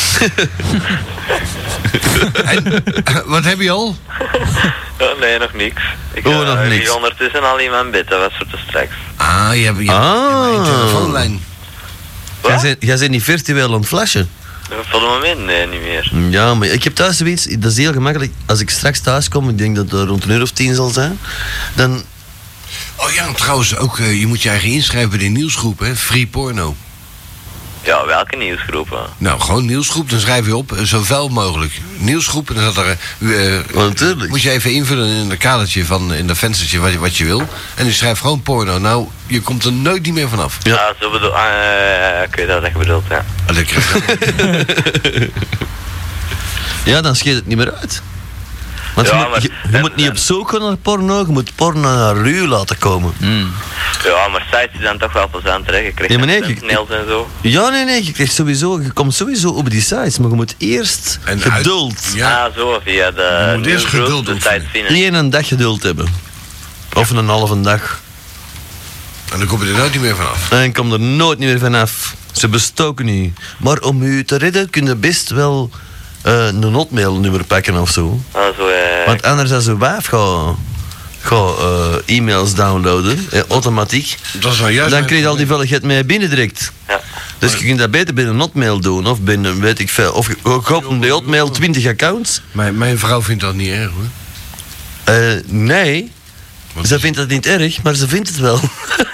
En, wat heb je al? Nee, nog niks. Ik nog niks. lig ondertussen al in mijn bed, dat was voor te straks. Ah, je hebt een telefoonlijn. Jij bent niet virtueel aan het flashen? Voor het moment nee, niet meer. Ja, maar ik heb thuis zoiets, dat is heel gemakkelijk. Als ik straks thuis kom, ik denk dat het rond 10:00 zal zijn, dan... Oh ja, trouwens, ook, je moet je eigen inschrijven bij de nieuwsgroep, hè? Free Porno. Ja, welke nieuwsgroepen? Nou, gewoon nieuwsgroep, dan schrijf je op, zoveel mogelijk. Nieuwsgroep, en dan zat er... natuurlijk. Moet je even invullen in een kadertje, in dat venstertje wat je wil. En je schrijft gewoon porno. Nou, je komt er nooit niet meer vanaf. Ja, zo bedoel... ik weet wat je bedoelt, ja. Dat krijg je. Ja, dan scheelt het niet meer uit. Want Ja, je moet niet op zoek gaan naar porno, je moet porno naar u laten komen. Ja, maar sites zijn toch wel plezant, hè? Je krijgt mails en zo. Ja, nee, je komt sowieso op die sites, maar je moet eerst geduld. Zo, via de Je moet eerst geduld de site vinden. Een dag geduld hebben. Of een halve dag. En dan kom je er nooit niet meer vanaf. En kom er nooit meer vanaf. Ze bestoken u. Maar om u te redden kun je best wel een hotmail-nummer pakken of zo. Want anders als uw wijf gaat e-mails downloaden, automatiek, dat is wel juist dan krijg je al die veiligheid mee binnen direct. Ja. Dus je kunt dat beter binnen een hotmail doen, of binnen, weet ik veel. Of je koopt op de hotmail 20 accounts. Mijn vrouw vindt dat niet erg, hoor. Nee. Ze vindt het niet erg, maar ze vindt het wel.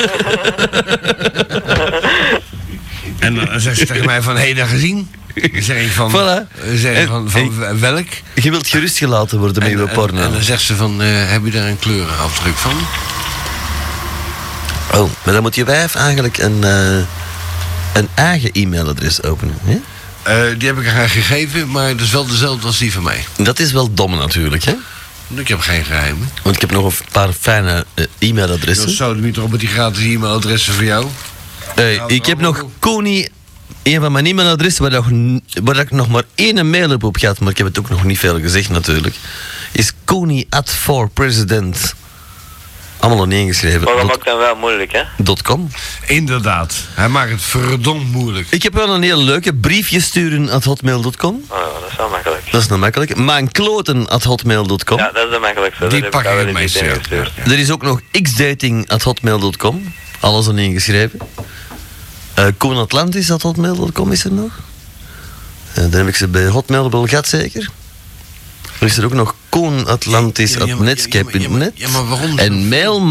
En dan zegt ze tegen mij van, dat gezien? Dan zeg ik van, van welk? Je wilt gerustgelaten worden met je porno. En dan zegt ze van, heb je daar een kleurenafdruk van? Oh, maar dan moet je wijf eigenlijk een eigen e-mailadres openen, hè? Die heb ik haar gegeven, maar dat is wel dezelfde als die van mij. Dat is wel dom natuurlijk, hè? Ik heb geen geheimen. Want ik heb nog een paar fijne e-mailadressen. Zo, doe je toch met die gratis e-mailadressen voor jou? Ik heb nog Koning, een van mijn e-mailadressen waar ik nog maar één mail op gehad, maar ik heb het ook nog niet veel gezegd natuurlijk. Is Koning@forpresident. Allemaal in één geschreven. Maar dat maakt dan wel moeilijk, hè? .com. Inderdaad. Hij maakt het verdomd moeilijk. Ik heb wel een hele leuke. Briefjes sturen@hotmail.com. Oh ja, dat is wel makkelijk. Dat is nou makkelijk. Maankloten@hotmail.com. Ja, dat is wel makkelijk. Die pak ik het meest. Er is ook nog xdating@hotmail.com. Alles in één geschreven. Koenatlantis@hotmail.com is er nog. Dan heb ik ze bij Hotmail wel gehad zeker. Er is er ook nog koenatlantis@netscape.net. Ja, maar waarom? En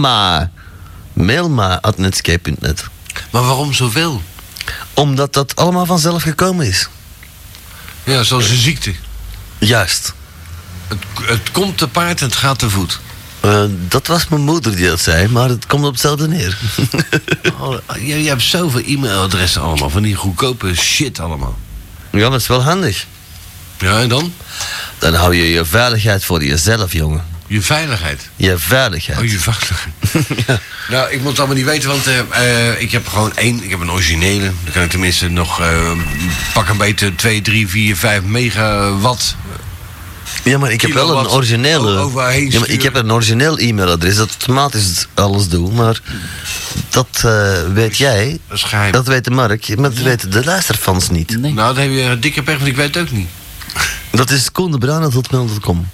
mailma@netscape.net. Maar waarom zoveel? Omdat dat allemaal vanzelf gekomen is. Ja, zoals een ziekte. Juist. Het komt te paard en het gaat te voet. Dat was mijn moeder die dat zei, maar het komt op hetzelfde neer. Je hebt zoveel e-mailadressen allemaal, van die goedkope shit allemaal. Ja, dat is wel handig. Ja, en dan? Dan hou je je veiligheid voor jezelf, jongen. Je veiligheid? Je veiligheid. Oh, je veiligheid. Ja. Nou, ik moet het allemaal niet weten, want ik heb gewoon ik heb een originele. Dan kan ik tenminste nog pak een beetje 2, 3, 4, 5 megawatt. Ja, maar ik heb wel een originele. Ja, maar ik heb een origineel e-mailadres dat automatisch alles doet, maar dat weet jij. Dat is geheim. Dat weet de Mark, maar dat weten de luisterfans niet. Nee. Nou, dan heb je een dikke pech, want ik weet het ook niet. Dat is koendebraan@hotmail.com.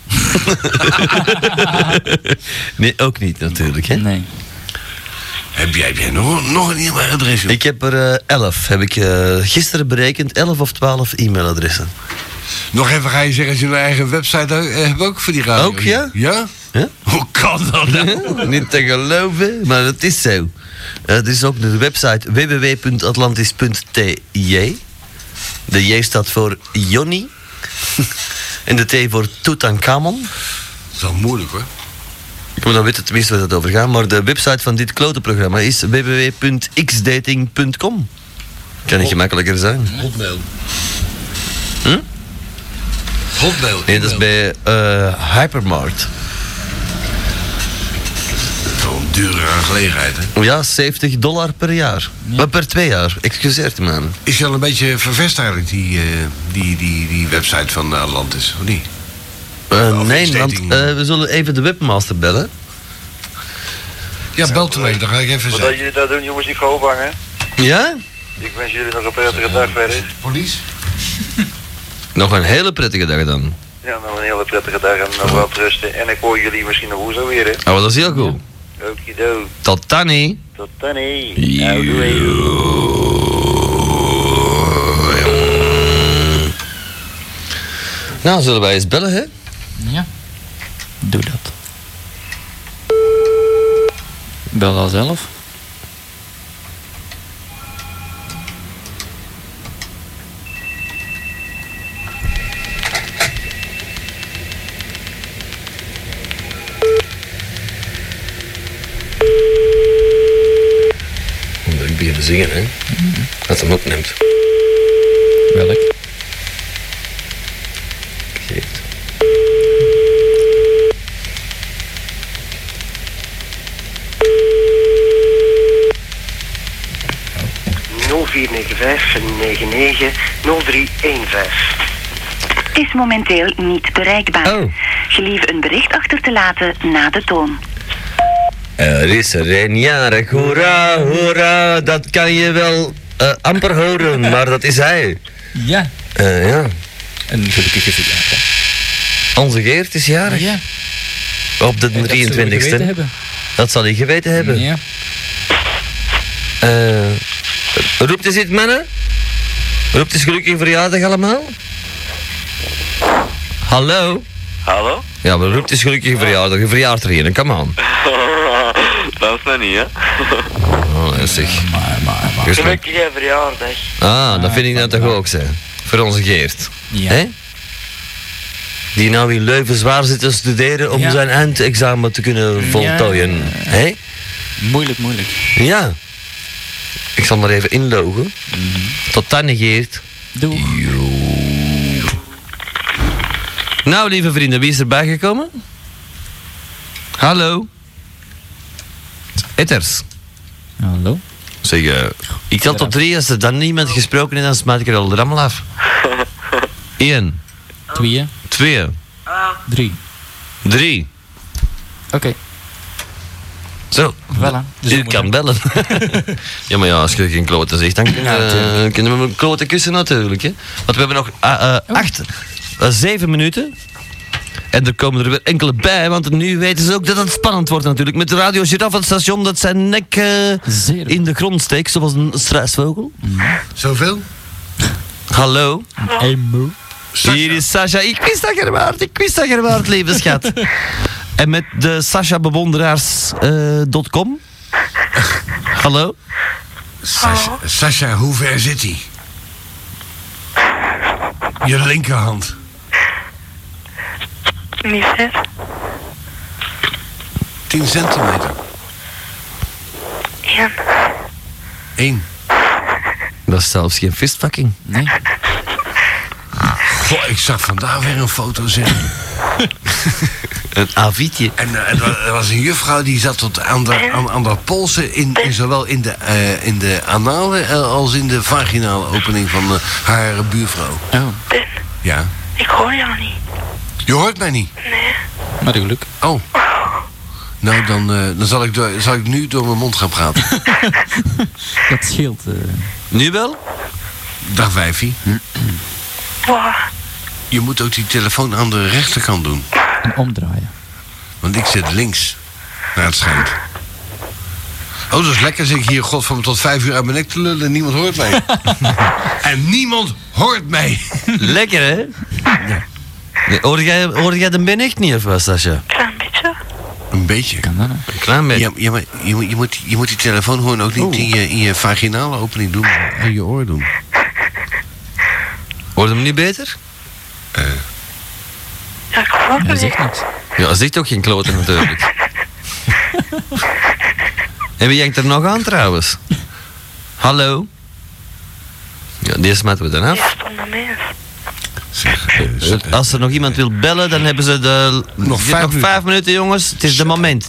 Nee, ook niet natuurlijk, hè? Nee. Heb jij nog een e-mailadres? Ik heb er 11. Heb ik gisteren berekend, 11 of 12 e-mailadressen. Nog even ga je zeggen, als je een eigen website hebt ook voor die radio? Ook, ja? Ja? Ja? Hoe kan dat nou? Niet te geloven, maar het is zo. Er is ook de website www.atlantis.tj. De J staat voor Jonny. En de T voor Tutankhamon. Dat is wel moeilijk hoor. Maar dan weet het tenminste waar het over gaat. Maar de website van dit klote programma is www.xdating.com. Kan niet gemakkelijker zijn. Hotmail. Hm? Hotmail. Nee, dat is bij Hypermart. Zo'n dure aangelegenheid, hè? Ja, $70 per jaar. Ja. Maar per 2 jaar. Excuseert me man. Is je al een beetje vervest eigenlijk, die website van Atlantis, of niet? Nee, want we zullen even de webmaster bellen. Ja, belt hem even, dan ga ik even zeggen. zeggen. Dat jullie dat doen, jongens, niet gewoon ophangen. Ja? Ik wens jullie nog een prettige dag verder. Police? Nog een hele prettige dag dan. Ja, nog een hele prettige dag en nog wel rusten. En ik hoor jullie misschien nog zo weer, hè? Oh, dat is heel goed. Okido. Tot dan, hè. Tot dan, hè. Nou, zullen wij eens bellen, hè? Ja. Doe dat. Bel al zelf. Omdat ik begin te zingen, hè? Dat hem opneemt. Welk? Geeft. Is momenteel niet bereikbaar. Oh. Gelieve een bericht achter te laten na de toon. Er is er een jarig, hoera, hoera, dat kan je wel amper horen, maar dat is hij. Ja. Ja. Een gelukkige verjaardag. Onze Geert is jarig. Ja. Op de 23e. Dat zal hij geweten hebben. Ja. Roept eens iets, mannen? Roept eens gelukkige verjaardag allemaal? Hallo? Hallo? Ja, maar roept eens gelukkige verjaardag. Je verjaart er een, come on. Dat is nou niet, hè? Oh, zeg. Gelukkige verjaardag. Ah, dat vind ik net toch ook, zeg. Voor onze Geert. Ja. Hè? Die nou in Leuven zwaar zit te studeren om zijn eindexamen te kunnen voltooien. Hè? Moeilijk. Ja. Ik zal maar even inloggen. Tot dan, Geert. Doei. Nou, lieve vrienden, wie is erbij gekomen? Hallo. Etters. Hallo. Zeg, ik tel tot 3. Als er dan niemand gesproken is, dan smijt ik er al de rammel af. 1. 2. 3. Oké. Zo. Voilà. Dus U kan bellen. Ja, maar ja, als je geen kloten zegt, dan kunnen we een kloten kussen natuurlijk. Hè. Want we hebben nog 7 minuten. En er komen er weer enkele bij, want nu weten ze ook dat het spannend wordt natuurlijk. Met de Radio Giraffe, het station dat zijn nek in de grond steekt, zoals een struisvogel. Zoveel? Hallo. Hallo. Hier is Sascha. Ik wist dat je er waard, lieve schat. En met de SaschaBewonderaars.com. Hallo. Sascha, hoe ver zit hij? Je linkerhand. Niet ver. 10 centimeter. 1. Dat is zelfs geen fistfucking. Nee. Goh, ik zag vandaag weer een foto zitten. Een avietje. En er was een juffrouw die zat tot aan de polsen, zowel in de anale als in de vaginale opening van haar buurvrouw. Oh. Ja. Ik hoor jou niet. Je hoort mij niet? Nee. Maar geluk. Oh. Nou, dan zal ik nu door mijn mond gaan praten. Dat scheelt. Nu wel? Dag wijfie. Wow. Je moet ook die telefoon aan de rechterkant doen. En omdraaien. Want ik zit links. Naar het schijnt. Oh, dat is lekker. Zit ik hier godverdomme tot 5 uur aan mijn nek te lullen en niemand hoort mij. En niemand hoort mij. Lekker, hè? Ja. Nee, hoorde jij de ben echt niet, of wat, Sascha? Klein beetje. Een beetje. Kan dat, hè? Een klein beetje. Ja, maar je moet die telefoon gewoon ook niet in je vaginale opening doen, maar in je oor doen. Hoorde hem niet beter? Ja, ik hoor Dat het zegt niet. niks. Ja, dat zegt ook geen kloten natuurlijk. En wie hangt er nog aan trouwens? Hallo? Ja, die smijten we dan af. Ja, stond een mens. Als er nog iemand wil bellen, dan hebben ze Nog 5 minuten, jongens. Het is de moment. 227-2043.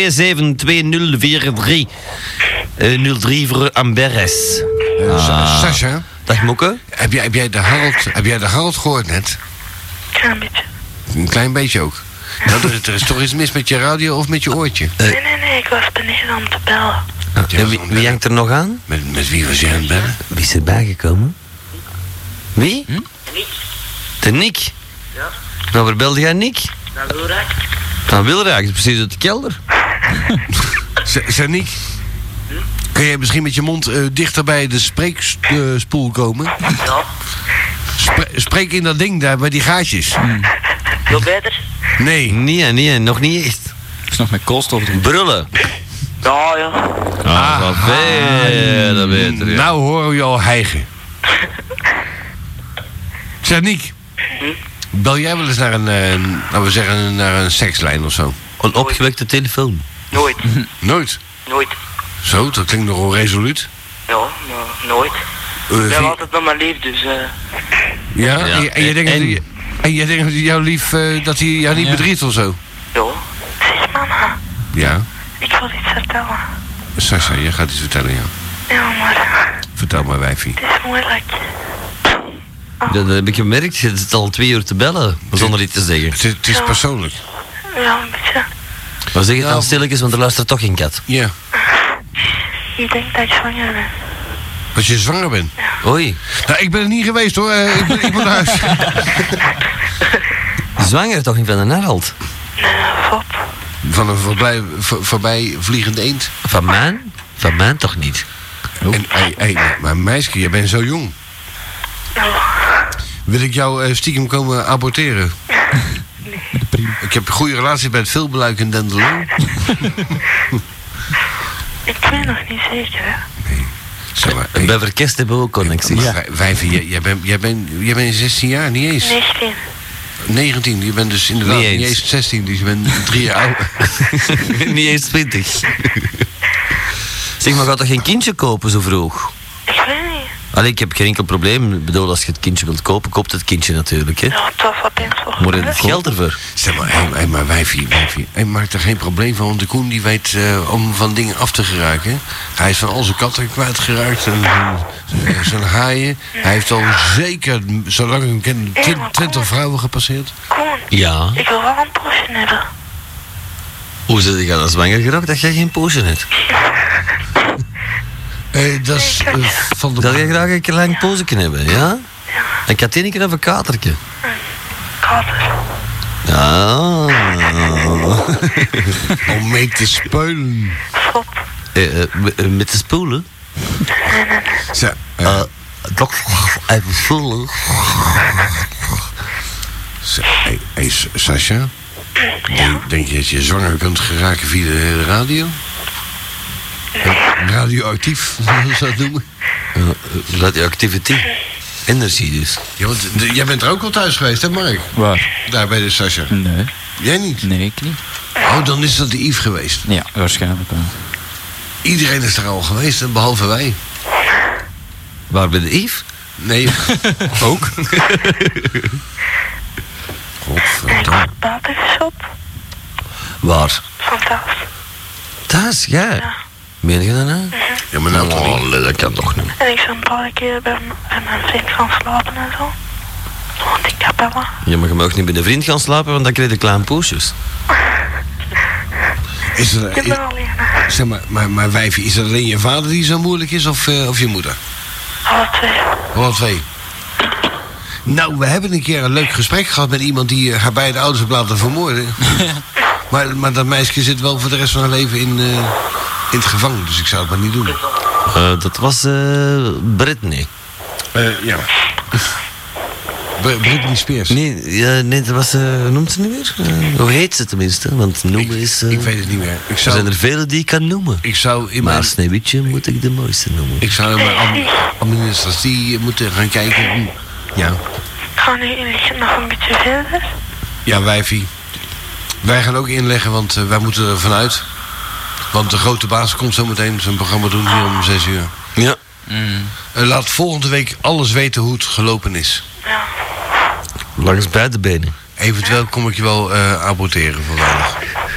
03 voor Amberes. Sascha? Dag Moeke. Heb jij de Harold gehoord net? Klein beetje. Een klein beetje ook. Nou, er is toch iets mis met je radio of met je oortje? Nee, ik was beneden om te bellen. En wie hangt er nog aan? Met wie was jij aan het bellen? Wie is er bijgekomen? Wie? De Nick? Ja. Nou, waar belde jij Nick? Naar Wilrijk. Van Wilrijk, precies uit de kelder. Zeg Nick, kun jij misschien met je mond dichter bij de spreekspoel komen? Ja. Spreek in dat ding daar bij die gaatjes. Veel beter? Nee. Nee, nog niet echt. Is nog met koolstof erin. Brullen. Ja. Wat veel beter. Ja. Nou horen we je al hijgen. Zeg Nick, bel jij wel eens naar laten we zeggen, naar een sekslijn of zo? Een opgewekte telefoon. Nooit. Nooit? Nooit. Zo, dat klinkt nogal resoluut. Ja, maar nooit. Ik ben altijd met mijn lief, dus... Ja? Ja, En jij denkt dat jouw lief, dat hij jou niet bedriegt of zo? Ja. Zeg mama, Ja. ik wil iets vertellen. Sascha, jij gaat iets vertellen, ja. Ja, maar Vertel maar, wijfie. het is moeilijk. Dat heb ik gemerkt. Je zit al 2 uur te bellen, zonder iets te zeggen. Het is persoonlijk. Ja, een beetje. Maar zeg het dan stilletjes, want er luistert toch geen kat. Ja. Ik denk dat ik zwanger ben. Dat je zwanger bent. Oei. Nou, ik ben er niet geweest hoor. Ik moet naar huis. Zwanger toch niet van een Harold? Fop. Van een voorbij vliegende eend. Van mijn? Van mijn toch niet? En, maar meisje, je bent zo jong. Wil ik jou stiekem komen aborteren? Ik heb een goede relatie met Vilbeluik en Denderloon. Ik weet nog niet zeker, hè. Nee. Zeg maar, Bij Verkest hebben we ook connecties. maar Wijfie, jij bent 16 jaar, niet eens. 19. 19, je bent dus inderdaad Niet niet eens. eens 16, dus je bent 3 jaar ouder. Niet eens 20. Zeg maar, gaat toch geen kindje kopen zo vroeg? Ik weet niet. Allee, ik heb geen enkel probleem. Ik bedoel, als je het kindje wilt kopen, koopt het kindje natuurlijk. Hè. Ja, dat wat eens voor. Maar er is geld ervoor. Zeg maar, maar wijfie. Hij maakt er geen probleem van, want de Koen die weet om van dingen af te geraken. Hè. Hij is van al zijn katten kwijtgeraakt. Zijn haaien. Hij heeft al zeker, zolang ik hem ken, 20 vrouwen gepasseerd. Koen, ja. Ik wil wel een poosje hebben. Hoe zit je dan zwanger geraakt dat jij geen poosje hebt? Dat is van de... Dat jij graag een klein poosje hebben, ja? Ja. Ik had één keer een katertje. Kater. Ja. Om mee te speulen. Stop. Met te spoelen? Nee. Even spoelen. Hey, Sascha. Denk je dat je zwanger kunt geraken via de radio? Radioactief, hoe zou je dat noemen? Radioactiviteit. Energie dus. Ja, want jij bent er ook al thuis geweest, hè Mark? Waar? Daar bij de Sascha. Nee. Jij niet? Nee, ik niet. Oh, dan is dat de Yves geweest. Ja, waarschijnlijk wel. Iedereen is er al geweest, behalve wij. Waar bij de Yves? Nee. Ook? Godverdomme. Buiten geschot. Waar? Van thuis. Thuis, ja. Meen je dat nou? Ja, maar nou toch niet? Dat kan toch niet. En ik zou een paar keer bij mijn vriend gaan slapen en zo. Want ik heb wel. Ja, maar je mag niet bij de vriend gaan slapen, want dan krijg je kleine poesjes. Is er, Ik ben alleen. zeg maar wijfie, is het alleen je vader die zo moeilijk is of je moeder? Alle twee. Alle twee. Nou, we hebben een keer een leuk gesprek gehad met iemand die haar beide ouders heeft laten vermoorden. maar dat meisje zit wel voor de rest van haar leven in het gevangen, dus ik zou het maar niet doen. Dat was Britney. Ja. Britney Spears. Nee, dat was, hoe noemt ze nu weer? Hoe heet ze tenminste? Want noemen is... ik weet het niet meer. Er zijn er vele die ik kan noemen. Maar Sneeuwwitje moet ik de mooiste noemen. Ik zou in mijn administratie moeten gaan kijken. Ja. Gaan jullie nog een beetje verder? Ja, wijfie. Wij gaan ook inleggen, want wij moeten er vanuit. Want de grote baas komt zo meteen zijn programma doen hier om 6 uur. Ja. Laat volgende week alles weten hoe het gelopen is. Ja. Langs beide benen. Eventueel kom ik je wel aborteren vandaag.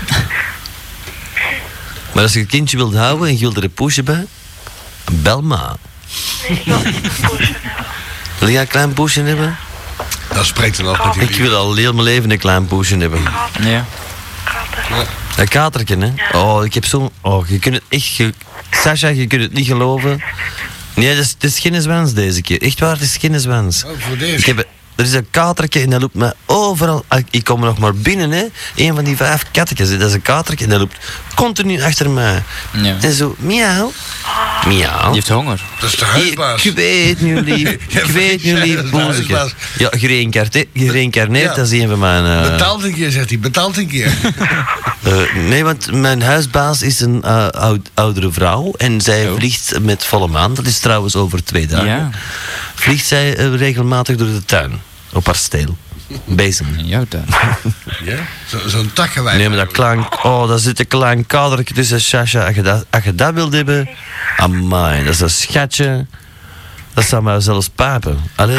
Maar als je het kindje wilt houden en je wilt er een poesje bij, bel maar. Nee, ik wil niet een poosje hebben. Wil jij een klein poesje hebben? Dat spreekt dan af. Ik wil al heel mijn leven een klein poesje hebben. Ja. Een katertje, hè? Oh, ik heb zo'n... Oh, je kunt het echt... Sascha, je kunt het niet geloven. Nee, het is geen zwans deze keer. Echt waar, het is geen zwans. Oh, voor deze. Er is een katertje en dat loopt me overal... Ik kom er nog maar binnen, hè. Een van die 5 kattekjes, dat is een katertje en dat loopt continu achter mij. Ja. En zo, miauw. Miauw. Die heeft honger. Dat is de huisbaas. Ik weet nu lief. Ik weet nu lief, boezeke. Ja, gereïncarneerd, dat is een van mijn... Betaalt een keer, zegt hij. Betaalt een keer. Nee, want mijn huisbaas is een oudere vrouw en zij vliegt met volle maan. Dat is trouwens over 2 dagen. Ja. Vliegt zij regelmatig door de tuin. Op haar steel. Bezem. In jouw tuin. Ja? Zo'n takkenwijn. Nee, maar dat klank... Oh, daar zit een klein kadertje tussen, Sascha. Als je dat wilt hebben... Amai, dat is een schatje. Dat zou mij zelfs pijpen. Allee.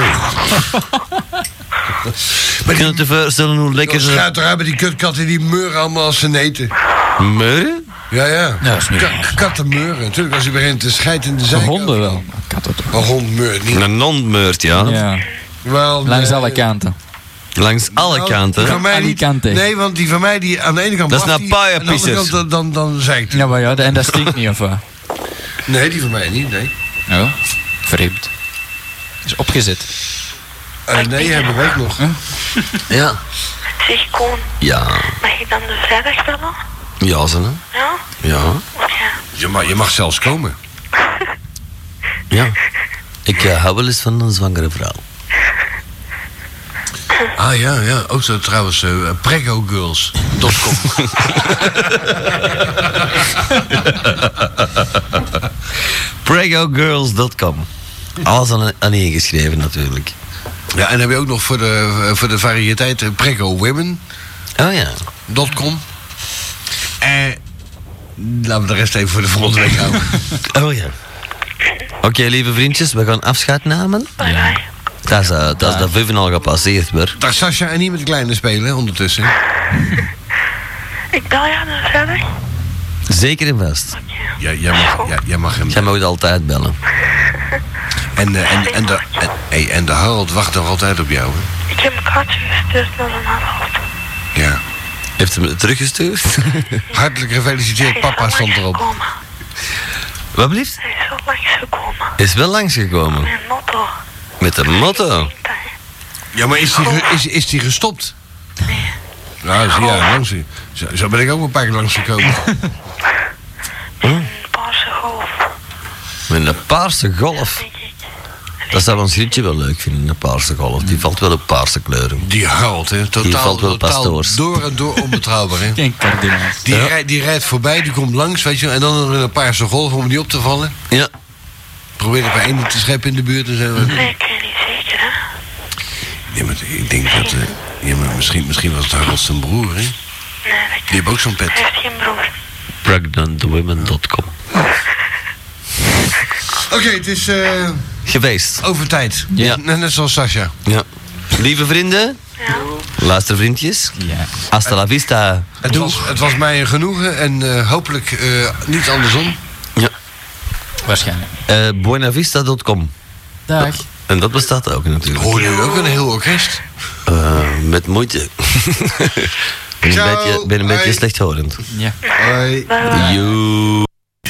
Maar kun je te voorstellen hoe lekker ze... Schuit eruit met die kutkatten die meuren allemaal als ze neten. Meuren? Ja. dat is niet Katten meuren. Natuurlijk, als je begint te scheiden in de zijkant. Honden wel. Katten toch. Een hond meurt niet. Een hond meurt, ja. Ja. Wel, Langs alle kanten. Langs alle kanten. Die van mij niet. Kanten. Nee, want die van mij die aan de ene kant Dat is blaft een die, aan de andere paaierpissers. kant dan zeikt hij. Ja, maar ja, en dat stinkt niet, of wat? Nee, die van mij niet, nee. Ja, vreemd. Is opgezet. Nee, hebben we ook nog. Ja. Zeg, Koen, Ja. mag ik dan de vrijdag bellen? Ja, ze, hè? Ja? Ja. Oké. Je mag zelfs komen. Ja. Ik hou wel eens van een zwangere vrouw. Ah ja. Ook zo trouwens, pregogirls.com. Pregogirls.com. Alles aan ingeschreven natuurlijk. Ja, en dan heb je ook nog voor de variëteit pregowomen. Oh ja. .com. Laten we de rest even voor de volgende week houden. Oh ja. Oké, lieve vriendjes, we gaan afscheid nemen. Ja. Dat is de 5 al gepasseerd weer. Dag Sascha en niet met de kleine spelen ondertussen. Ik bel je dan verder. Zeker en vast. Ja, jij mag hem. Jij mag altijd bellen. En de Harold wacht nog altijd op jou, hè? Ik heb een kaartje gestuurd naar een Harold. Ja. Heeft hem het teruggestuurd? Hartelijk gefeliciteerd, papa stond erop. Wat blieft? Hij is wel langsgekomen. Is wel langsgekomen. Met een motto. Met een motto? Ja, maar is die gestopt? Nee. Nou, zie je, langs. Zo ben ik ook een paar keer langsgekomen. Een paarse golf. Met een paarse golf? Dat zou ons Grietje wel leuk vinden, een paarse golf. Die valt wel op paarse kleuren. Die Harold, hè? Die valt wel op pastoors. Door en door onbetrouwbaar, hè? Geen kardinaals. Die rijdt voorbij, die komt langs, weet je, en dan een paarse golf om die op te vallen. Ja. Probeer er bij één te scheppen in de buurt en zo. Nee, ik weet niet zeker, hè? Ja, maar ik denk dat... ja, maar misschien was het Harold zijn broer, hè? Nee, Die heeft ook zo'n pet. hij heeft geen broer. Pregnantwomen.com. Oké, het is... Geweest. over tijd. Ja. Net zoals Sascha. Ja. Lieve vrienden. Ja. Luistervriendjes. Ja. Hasta la vista. Het was mij een genoegen en hopelijk niet andersom. Ja. Waarschijnlijk. Buenavista.com. Dag. En dat bestaat ook natuurlijk. Hoor je ook een heel orkest? Met moeite. ben een beetje slechthorend. Ja. Hoi. Joe.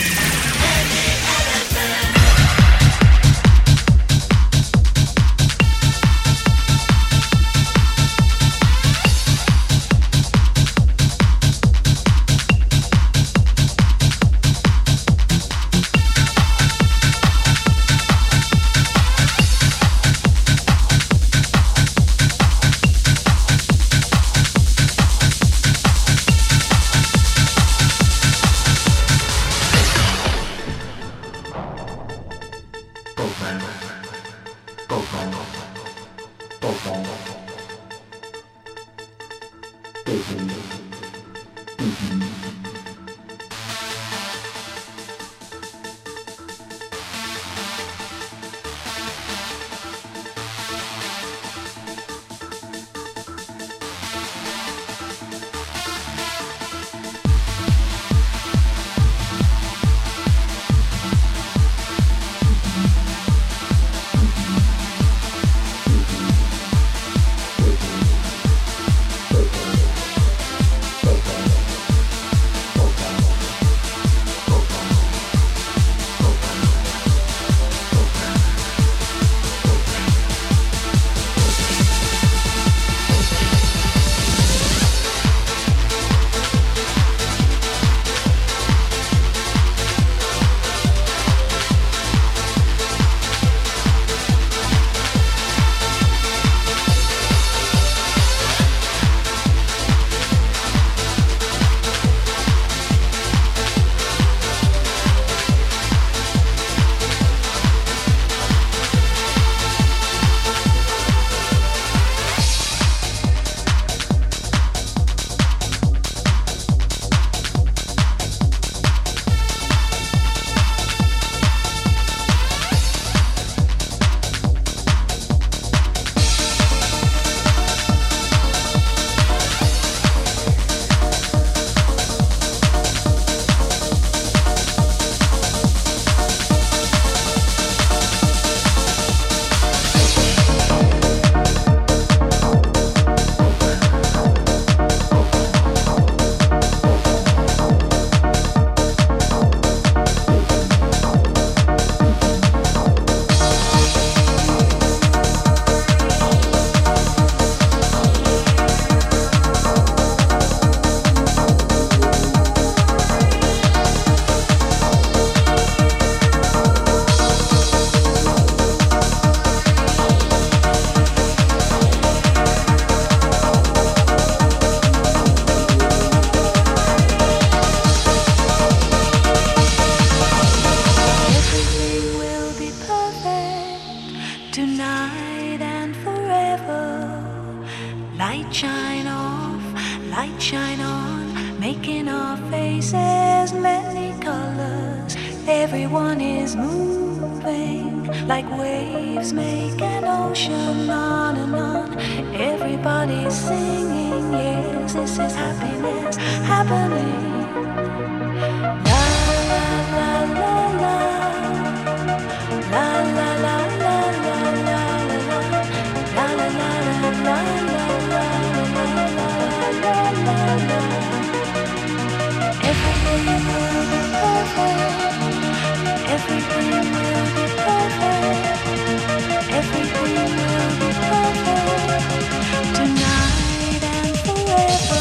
making our faces many colors. Everyone is moving. moving like waves make an ocean on and on. Everybody's singing, yes, this is happiness happening. La la la la la, la la la la la la la, la la la la la la. Everything will be perfect. Everything will be perfect. Everything will be perfect tonight and forever.